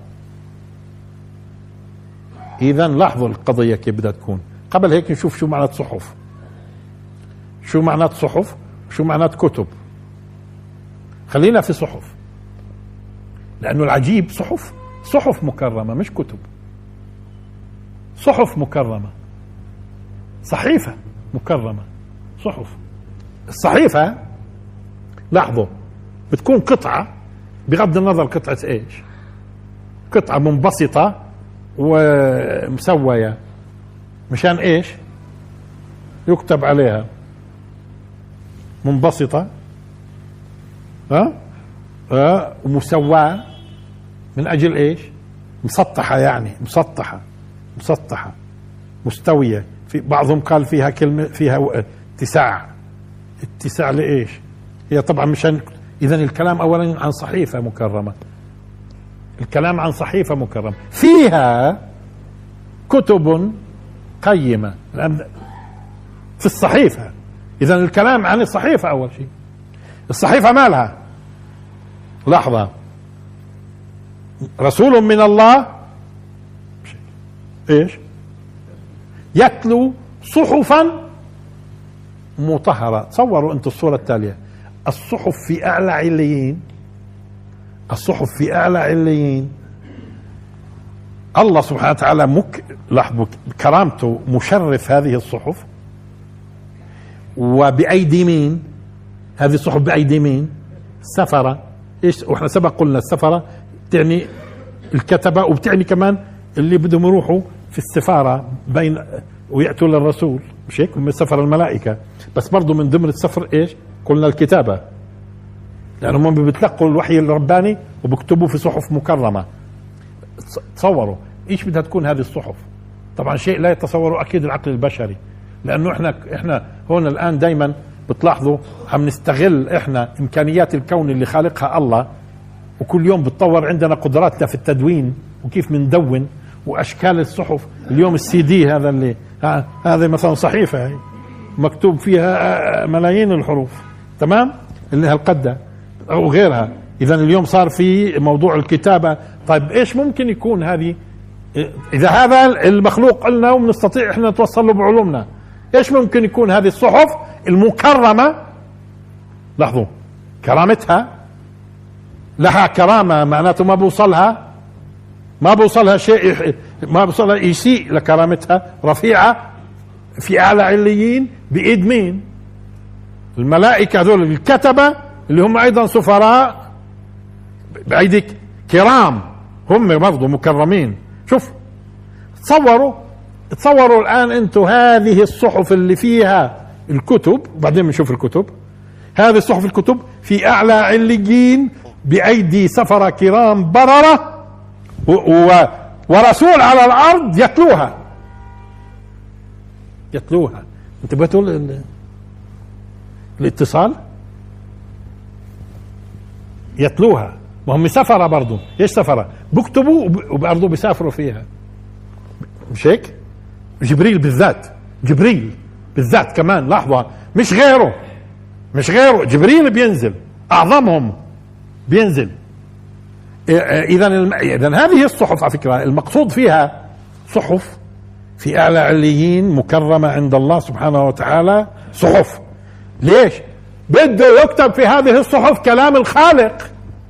إذن لاحظوا القضية كيف بدها تكون. قبل هيك نشوف شو معنات صحف، شو معنات صحف، شو معنات كتب. خلينا في صحف، لأنه العجيب صحف صحف مكرمة مش كتب. صحف مكرمة، صحيفة مكرمة، صحف. الصحيفة لاحظوا بتكون قطعة، بغض النظر قطعة ايش، قطعة منبسطة ومسوية مشان ايش يكتب عليها. منبسطة ها أه؟ ومسواة من اجل ايش؟ مسطحة، يعني مسطحة مسطحة مستوية. في بعضهم قال فيها كلمة فيها اتساع. اتساع لايش؟ هي طبعا مشان اذا الكلام اولا عن صحيفة مكرمة، الكلام عن صحيفة مكرمة فيها كتب قيمة في الصحيفة. اذا الكلام عن الصحيفة اول شيء. الصحيفة مالها؟ لحظة. رسول من الله ايش؟ يتلو صحفا مطهرة. تصوروا انتم الصورة التالية، الصحف في اعلى عليين، الصحف في اعلى عليين، الله سبحانه وتعالى مك لاحظوا كرامته مشرف هذه الصحف، وبأيدي مين هذه الصحف؟ بأيدي مين؟ السفرة. ايش؟ واحنا سبق قلنا السفرة تعني الكتبة، وبتعني كمان اللي بدهم يروحوا في السفارة بين ويأتوا للرسول، مش هيك؟ من سفر الملائكة. بس برضو من ضمن السفر ايش؟ قلنا الكتابة، لأنهم هم بيتلقوا الوحي الرباني وبكتبوا في صحف مكرمة. تصوروا ايش بدها تكون هذه الصحف؟ طبعا شيء لا يتصوره اكيد العقل البشري، لانه احنا احنا هون الان دائما بتلاحظوا عم نستغل احنا امكانيات الكون اللي خالقها الله، وكل يوم بتطور عندنا قدراتنا في التدوين وكيف بندون، واشكال الصحف. اليوم السي دي هذا اللي هذا مثلا صحيفه هي مكتوب فيها ملايين الحروف، تمام، اللي هالقد او غيرها. اذا اليوم صار في موضوع الكتابه. طيب ايش ممكن يكون هذه اذا هذا المخلوق قلنا وبنستطيع احنا نتوصل له بعلومنا؟ ايش ممكن يكون هذه الصحف المكرمه؟ لاحظوا كرامتها، لها كرامه، معناته ما بوصلها ما بوصلها شيء، ما بوصلها يسيء لكرامتها، رفيعه في اعلى عليين، بايد مين؟ الملائكه هذول الكتبه اللي هم ايضا سفراء بايدي كرام، هم برضو مكرمين. شوف تصوروا تصوروا الان انتم هذه الصحف اللي فيها الكتب، وبعدين بنشوف الكتب، هذه الصحف الكتب في اعلى عليين بايدي سفرة كرام بررة، و و ورسول على الارض يتلوها يتلوها انت بتقول الاتصال يتلوها، وهم سفرة برضو. ايش سفرة؟ بكتبوا وبرضو بيسافروا فيها، مش هيك؟ جبريل بالذات، جبريل بالذات كمان، لاحظوا مش غيره مش غيره جبريل بينزل، اعظمهم بينزل. اذا اذا هذه الصحف على فكرة المقصود فيها صحف في اعلى عليين مكرمة عند الله سبحانه وتعالى. صحف ليش؟ بده يكتب في هذه الصحف كلام الخالق.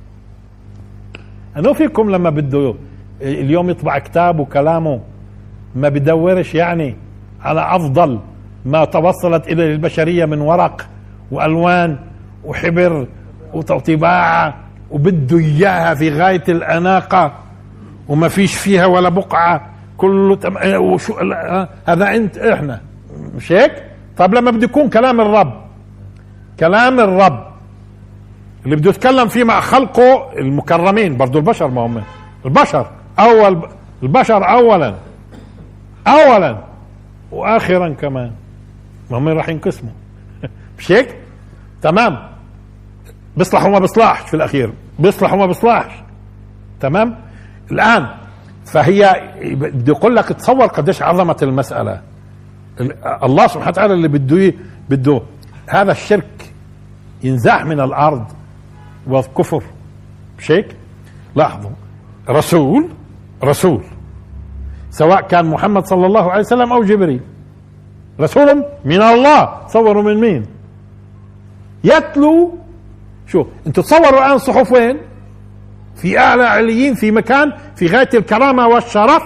أنو فيكم لما بده اليوم يطبع كتاب وكلامه ما بدورش يعني على أفضل ما توصلت إليه البشرية من ورق وألوان وحبر وطباعة، وبده إياها في غاية الأناقة وما فيش فيها ولا بقعة، كله تم... وشو... هذا أنت إحنا، مش هيك؟ طب لما بده يكون كلام الرب، كلام الرب اللي بده يتكلم فيه مع خلقه المكرمين، برضو البشر، ما هم البشر اول البشر اولا اولا واخرا كمان، ما هم راح ينقسموا مش هيك؟ تمام، بيصلح وما بيصلحش في الاخير، بيصلح وما بيصلحش، تمام. الان فهي بده يقول لك تصور قديش عظمت المسألة. الله سبحانه وتعالى اللي بده بده هذا الشرك ينزاح من الارض والكفر، مش هيك؟ لاحظوا رسول رسول سواء كان محمد صلى الله عليه وسلم او جبريل، رسول من الله. تصوروا من مين؟ يتلو. شو انتوا تصوروا الان صحف وين؟ في اعلى عليين، في مكان في غاية الكرامة والشرف،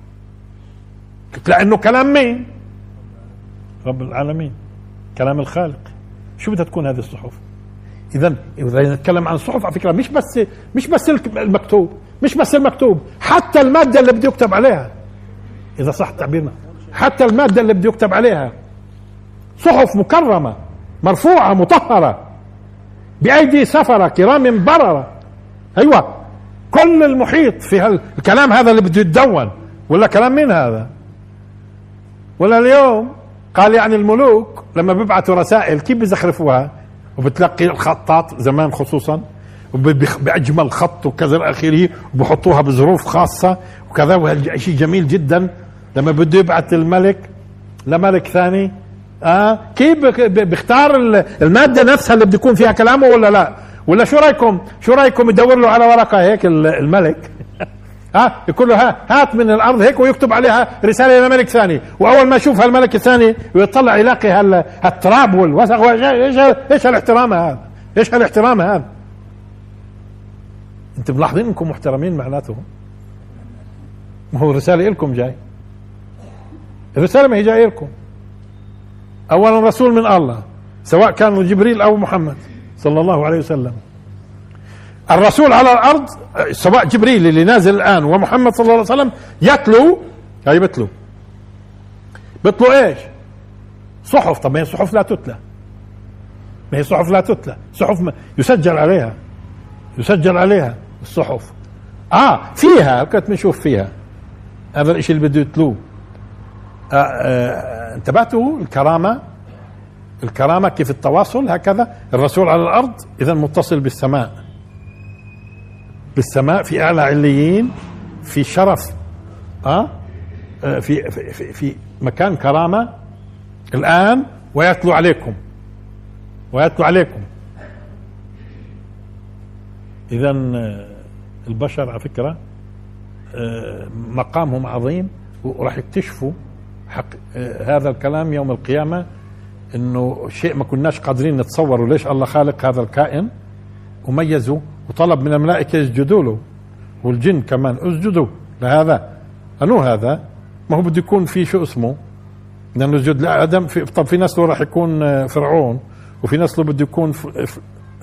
لانه كلام مين؟ رب العالمين، كلام الخالق. شو بدها تكون هذه الصحف؟ اذا اذا نتكلم عن الصحف على فكره مش بس مش بس المكتوب، مش بس المكتوب، حتى الماده اللي بده يكتب عليها، اذا صح تعبيرنا، حتى الماده اللي بده يكتب عليها صحف مكرمه مرفوعه مطهره بايدي سفره كرام برره. ايوه، كل المحيط في الكلام هذا اللي بده يتدون، ولا كلام مين هذا؟ ولا اليوم قال يعني الملوك لما بيبعثوا رسائل كيف بيزخرفوها؟ وبتلقي الخطاط زمان خصوصا بأجمل خط وكذا الأخيره، وبحطوها بظروف خاصة وكذا، وهذا شيء جميل جدا. لما بده يبعث الملك لملك ثاني اه كيف بيختار المادة نفسها اللي بده يكون فيها كلامه ولا لا؟ ولا شو رايكم شو رايكم يدور له على ورقة هيك الملك ها يقول له ها هات من الارض هيك ويكتب عليها رساله الى ملك ثاني، واول ما يشوف هالملك الثاني ويطلع يلاقي هالتراب والوسخ. ايش ايش هالاحترام هذا؟ ايش هالاحترام هذا؟ انتم ملاحظين انكم محترمين معناته؟ ما هو الرسالة إلكم جاي، الرسالة ما هي جاية لكم. أولا رسول من الله، سواء كان جبريل أو محمد صلى الله عليه وسلم. الرسول على الأرض سواء جبريل اللي نازل الآن ومحمد صلى الله عليه وسلم يتلو، هاي بتلو بتلو إيش؟ صحف. طب ما هي صحف لا تتلى، ما هي صحف لا تتلى، صحف ما يسجل عليها، يسجل عليها الصحف. اه فيها كنت بنشوف فيها هذا الاشي اللي بده يتلوه. آه آه انتبهتوا الكرامة، الكرامة كيف التواصل هكذا. الرسول على الأرض إذا متصل بالسماء، بالسماء في أعلى عليين، في شرف، آه في في, في, في مكان كرامة الآن، ويتلو عليكم ويتلو عليكم. إذا البشر على فكرة مقامهم عظيم، وراح يكتشفوا حق هذا الكلام يوم القيامة، إنه شيء ما كناش قادرين نتصوره. ليش الله خالق هذا الكائن وميزه وطلب من الملائكة يسجدوا له والجن كمان اسجدوا لهذا. أنو هذا ما هو بده يكون في شو اسمه، لأنه نسجد لآدم. في طب في نسله راح يكون فرعون، وفي نسله بده يكون ف... ف...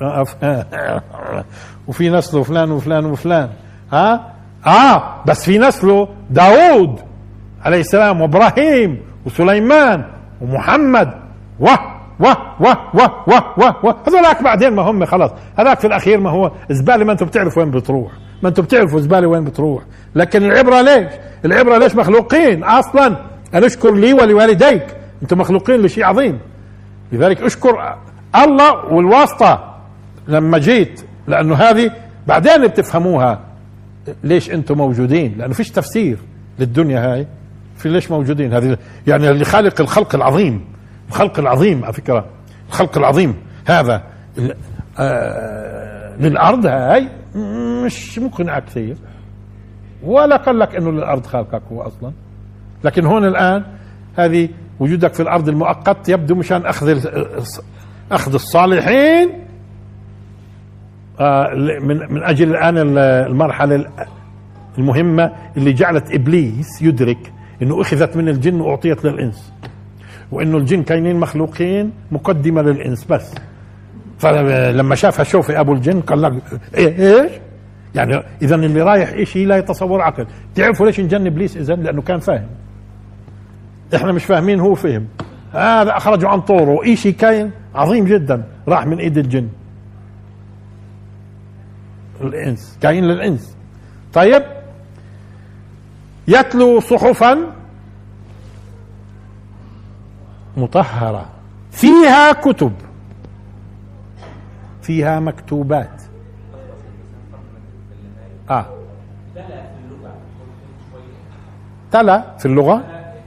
وفي نسله فلان وفلان وفلان. ها اه بس في نسله داود عليه السلام وابراهيم وسليمان ومحمد و و و و و و و هذولاك بعدين ما هم خلاص، هذاك في الاخير ما هو زباله، ما انتم بتعرفوا وين بتروح، ما انتم بتعرفوا زباله وين بتروح. لكن العبره ليش؟ العبره ليش مخلوقين اصلا؟ ان اشكر لي ولوالديك، انتم مخلوقين لشيء عظيم. لذلك اشكر الله. والواسطه لما جيت، لانه هذه بعدين بتفهموها ليش انتم موجودين، لانه فيش تفسير للدنيا هاي، في ليش موجودين. هذه يعني اللي خالق الخلق العظيم، الخلق العظيم على فكره، الخلق العظيم هذا آه للارض هاي مش مقنعه كثير، ولا قال لك انه للارض خالقك هو اصلا. لكن هون الان هذه وجودك في الارض المؤقت يبدو مشان اخذ اخذ الصالحين آه من من اجل الان المرحله المهمه اللي جعلت ابليس يدرك انه اخذت من الجن واعطيت للانس، وانه الجن كاينين مخلوقين مقدمه للانس بس. فلما شافها شوفي ابو الجن قال لك ايه ايش يعني؟ اذا اللي رايح شيء لا يتصور عقل. تعرفوا ليش انجن ابليس؟ اذا لانه كان فاهم، احنا مش فاهمين، هو فهم. هذا اخرجوا عن طوره شيء كاين عظيم جدا راح من ايد الجن. الانس كاين للانس. طيب يتلو صحفا مطهرة فيها كتب، فيها مكتوبات. اه تلا في اللغة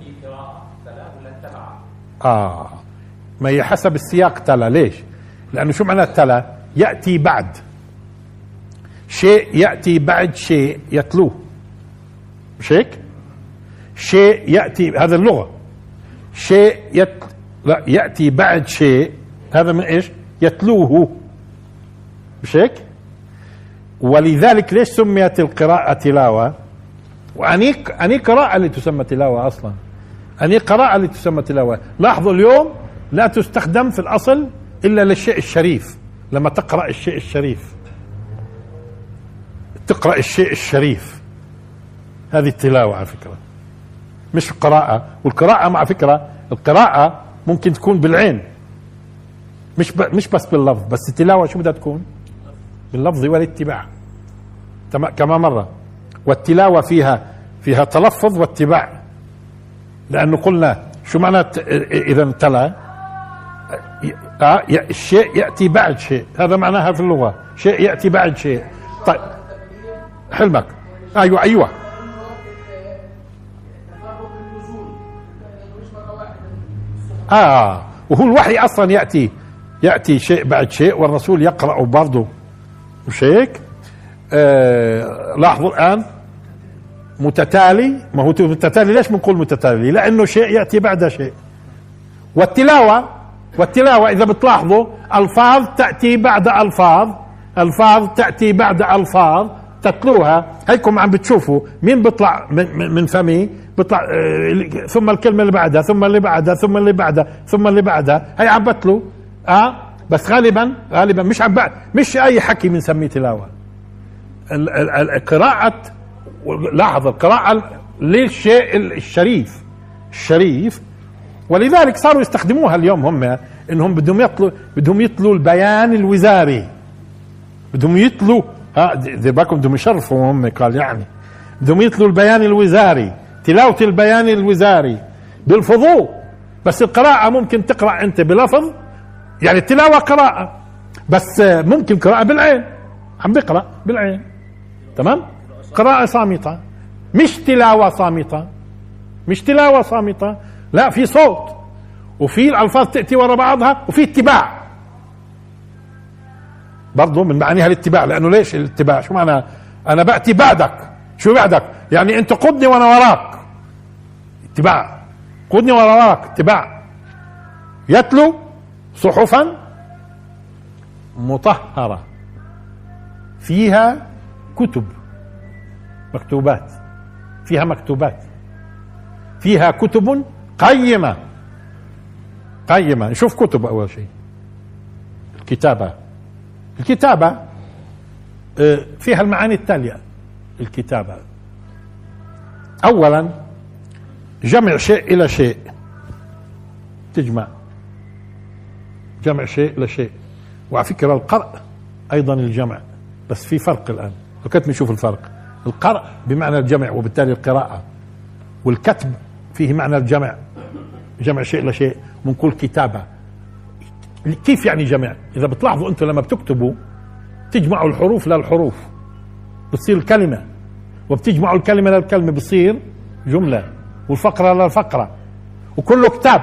اه ما هي حسب السياق تلا. ليش؟ لأنه شو معنى تلا؟ يأتي بعد شيء، يأتي بعد شيء يتلوه، مش هيك؟ شيء يأتي، هذا اللغة. شيء يت... لا يأتي بعد شيء، هذا من ايش؟ يتلوه، مش هيك؟ ولذلك ليش سميت القراءة تلاوة؟ وأني أني قراءة اللي تسمى تلاوة أصلا، أني قراءة اللي تسمى تلاوة. لاحظوا اليوم لا تستخدم في الأصل إلا للشيء الشريف. لما تقرأ الشيء الشريف، تقرأ الشيء الشريف، هذه التلاوة على فكرة، مش القراءة. والقراءة مع فكرة القراءة ممكن تكون بالعين، مش ب... مش بس باللفظ. بس التلاوة شو بدها تكون؟ باللفظ والاتباع كما مرة. والتلاوة فيها فيها تلفظ واتباع، لأنه قلنا شو معنى ت... إذا تلا آه الشيء يأتي بعد شيء، هذا معناها في اللغة، شيء يأتي بعد شيء. طيب حلمك أيوة أيوة آه وهو الوحي أصلا يأتي يأتي شيء بعد شيء، والرسول يقرأ برضه، مش هيك؟ آه لاحظوا الآن متتالي. ما هو متتالي، ليش بنقول متتالي؟ لأنه شيء يأتي بعد شيء. والتلاوة والتلاوة إذا بتلاحظوا ألفاظ تأتي بعد ألفاظ، ألفاظ تأتي بعد ألفاظ، تتلوها هيكم عم بتشوفوا مين بيطلع من, من فمي بيطلع اه ثم الكلمة اللي بعدها ثم اللي بعدها ثم اللي بعدها ثم اللي بعدها، هي عم بتلو اه بس غالبا غالبا مش عم مش اي حكي بنسميه تلاوة. القراءة لاحظ القراءة للشيء الشريف الشريف، ولذلك صاروا يستخدموها اليوم هم انهم بدهم يطلوا بدهم يطلوا البيان الوزاري، بدهم يطلوا ها دير بالكم بدهم يشرفوا هم قال يعني بدهم يطلوا البيان الوزاري، تلاوة البيان الوزاري بيلفظوه، بس القراءة ممكن تقرأ انت بلفظ، يعني التلاوة قراءة بس ممكن قراءة بالعين، عم بيقرأ بالعين تمام، قراءة صامتة مش تلاوة صامتة، مش تلاوة صامتة، لا في صوت وفي الألفاظ تأتي وراء بعضها وفي اتباع برضو من معانيها الاتباع، لأنه ليش الاتباع؟ شو معنى أنا بأتي بعدك؟ شو بعدك؟ يعني أنت قدني وأنا وراك، اتباع، قدني وأنا وراك اتباع. يتلو صحفا مطهرة فيها كتب مكتوبات، فيها مكتوبات، فيها كتب قيمة قيمة. نشوف كتب أول شيء الكتابة. الكتابة فيها المعاني التالية. الكتابة أولا جمع شيء إلى شيء، تجمع جمع شيء إلى شيء، وعلى فكرة القرء أيضا الجمع، بس في فرق الآن وكيف نشوف الفرق. القرء بمعنى الجمع وبالتالي القراءة، والكتب فيه معنى الجمع، جمع شيء إلى شيء. بنقول كتابة. كيف يعني جمع؟ إذا بتلاحظوا أنتم لما بتكتبوا تجمعوا الحروف للحروف بتصير الكلمة، وبتجمعوا الكلمة للكلمة بتصير جملة، والفقرة للفقرة، وكله كتاب.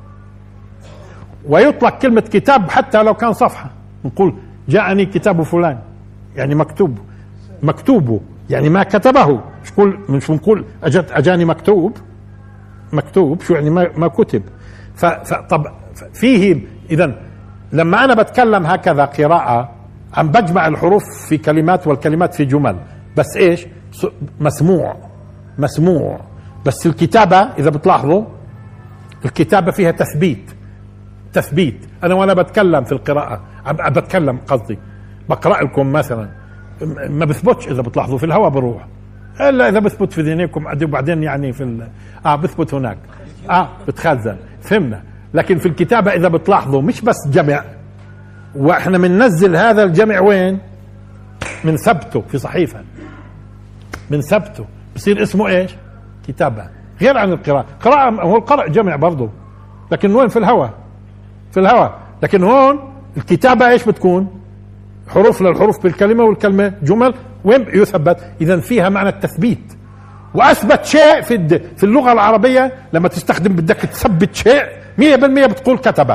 ويطلق كلمة كتاب حتى لو كان صفحة، نقول جاءني كتاب فلان يعني مكتوب، مكتوبه يعني ما كتبه، مش كل مش بنقول أجت أجاني مكتوب، مكتوب شو يعني ما, ما كتب. فطب فيه إذن لما أنا بتكلم هكذا قراءة عم بجمع الحروف في كلمات والكلمات في جمل، بس إيش مسموع مسموع. بس الكتابة إذا بتلاحظوا الكتابة فيها تثبيت تثبيت. أنا وأنا بتكلم في القراءة عم بتكلم قصدي بقرأ لكم مثلا ما بثبتش، إذا بتلاحظوا في الهواء بروح إلا إذا بثبت في ذهنكم وبعدين يعني في ال... آه بثبت هناك آه بتخزن، فهمنا. لكن في الكتابة إذا بتلاحظوا مش بس جمع، وإحنا بننزل هذا الجمع وين؟ من ثبته في صحيفة، من ثبته بصير اسمه إيش؟ كتابة. غير عن القراءة. قراءة هو القرأ جمع برضه، لكن وين؟ في الهواء، في الهواء. لكن هون الكتابة إيش بتكون؟ حروف للحروف بالكلمة، والكلمة جمل وين يثبت. إذا فيها معنى التثبيت. وأثبت شيء في في اللغة العربية لما تستخدم بدك تثبت شيء مية بالمية بتقول كتب.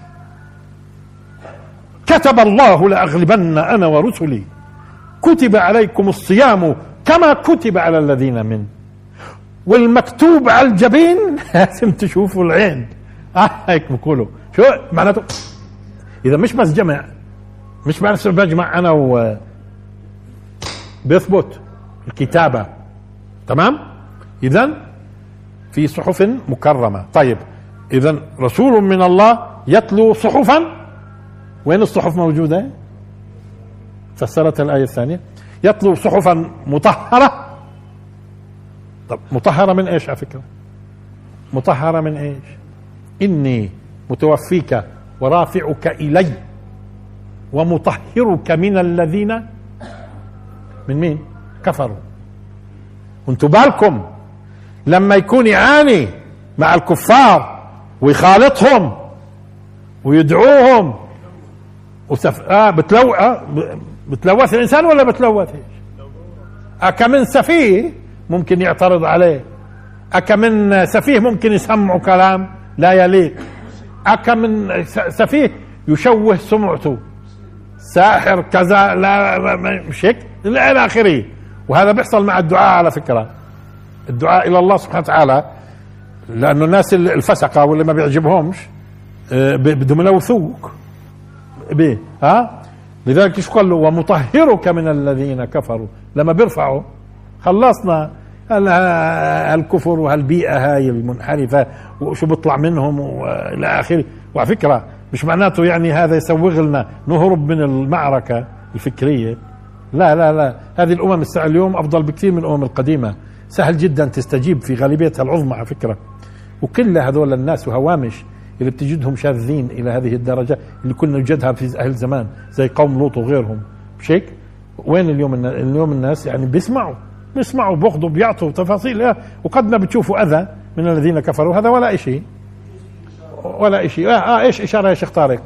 كتب الله لأغلبن أنا ورسلي، كتب عليكم الصيام كما كتب على الذين من. والمكتوب على الجبين لازم تشوفوا العين. آه هيك بقولوا شو معناته. إذا مش بس جمع، مش بس بجمع أنا و بيثبت الكتابة تمام. إذن في صحف مكرمة. طيب إذن رسول من الله يتلو صحفا. وين الصحف موجودة؟ فسرت الآية الثانية يتلو صحفا مطهرة. طب مطهرة من إيش على فكرة؟ مطهرة من إيش؟ إني متوفيك ورافعك إلي ومطهرك من الذين من مين؟ كفروا. وانتوا بالكم لما يكون يعاني مع الكفار ويخالطهم ويدعوهم وسف... آه بتلو... آه بتلوث الإنسان ولا بتلوث ايش؟ أكمن سفيه ممكن يعترض عليه، أكمن سفيه ممكن يسمعه كلام لا يليق، أكمن سفيه يشوه سمعته، ساحر كذا لا مش هيك إلى آخره. وهذا بيحصل مع الدعاء على فكرة، الدعاء إلى الله سبحانه وتعالى، لأنه الناس الفسقة واللي ما بيعجبهمش بدهم يلوثوك بيه. ها لذلك شو قال له؟ ومطهرك من الذين كفروا. لما بيرفعوا خلصنا الكفر وهالبيئة هاي المنحرفة وشو بيطلع منهم وإلى آخره. وعلى فكرة مش معناته يعني هذا يسوغ لنا نهرب من المعركة الفكرية، لا لا لا، هذه الأمم الساعة اليوم أفضل بكثير من الأمم القديمة، سهل جدا تستجيب في غالبيتها العظمى على فكرة. وكل هذول الناس وهوامش اللي بتجدهم شاذين إلى هذه الدرجة اللي كنا نوجدها في أهل زمان زي قوم لوط وغيرهم، مش هيك؟ وين اليوم اليوم الناس يعني بيسمعوا بيسمعوا بياخذوا بيعطوا تفاصيل، وقد ما بتشوفوا أذى من الذين كفروا، هذا ولا شيء ولا شيء. آه, اه ايش اشاره يا شيخ طارق؟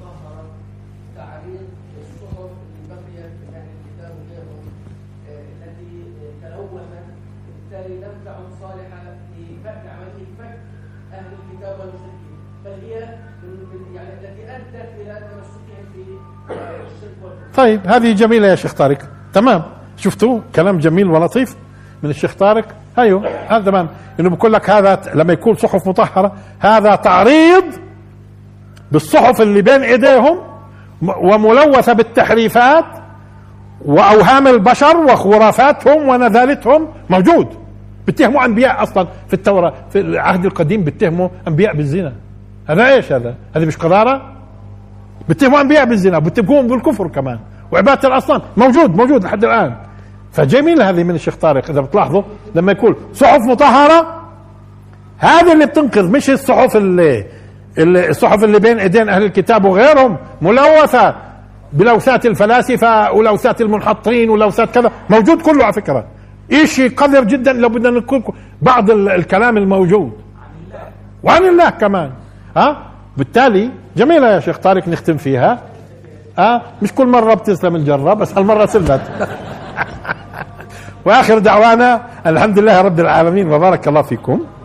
تعريض الصحف اللي بقيت من اهل الكتاب وغيرهم التي تلوثت وبالتالي لم تعد صالحه لفك عمليه فك اهل الكتاب والمشركين، بل هي يعني التي ادت الى تمسكهم في الشرك والكفر. طيب هذه جميله يا شيخ طارق، تمام. شفتوا كلام جميل ولطيف من الشيخ طارق. ايوه هذا تمام، انه بقول لك هذا لما يكون صحف مطهره هذا تعريض بالصحف اللي بين ايديهم وملوثه بالتحريفات واوهام البشر وخرافاتهم ونذالتهم موجود. بيتهموا انبياء اصلا في التوراه في العهد القديم، بيتهموا انبياء بالزنا. هذا ايش هذا؟ هذه مش قذاره؟ بيتهموا انبياء بالزنا وبيتهموهم بالكفر كمان وعباده الاصنام، موجود موجود لحد الان. فجميل هذه من الشيخ طارق. اذا بتلاحظوا لما يقول صحف مطهره هذه اللي بتنقذ، مش الصحف اللي, اللي الصحف اللي بين ايدين اهل الكتاب وغيرهم ملوثه بلوثات الفلاسفه ولوثات المنحطين ولوثات كذا، موجود كله على فكره. شيء قذر جدا لو بدنا نقول بعض الكلام الموجود وعن الله كمان. ها بالتالي جميله يا شيخ طارق نختم فيها. ها مش كل مره بتسلم الجره، بس هالمره سلمت. واخر دعوانا الحمد لله رب العالمين وبارك الله فيكم.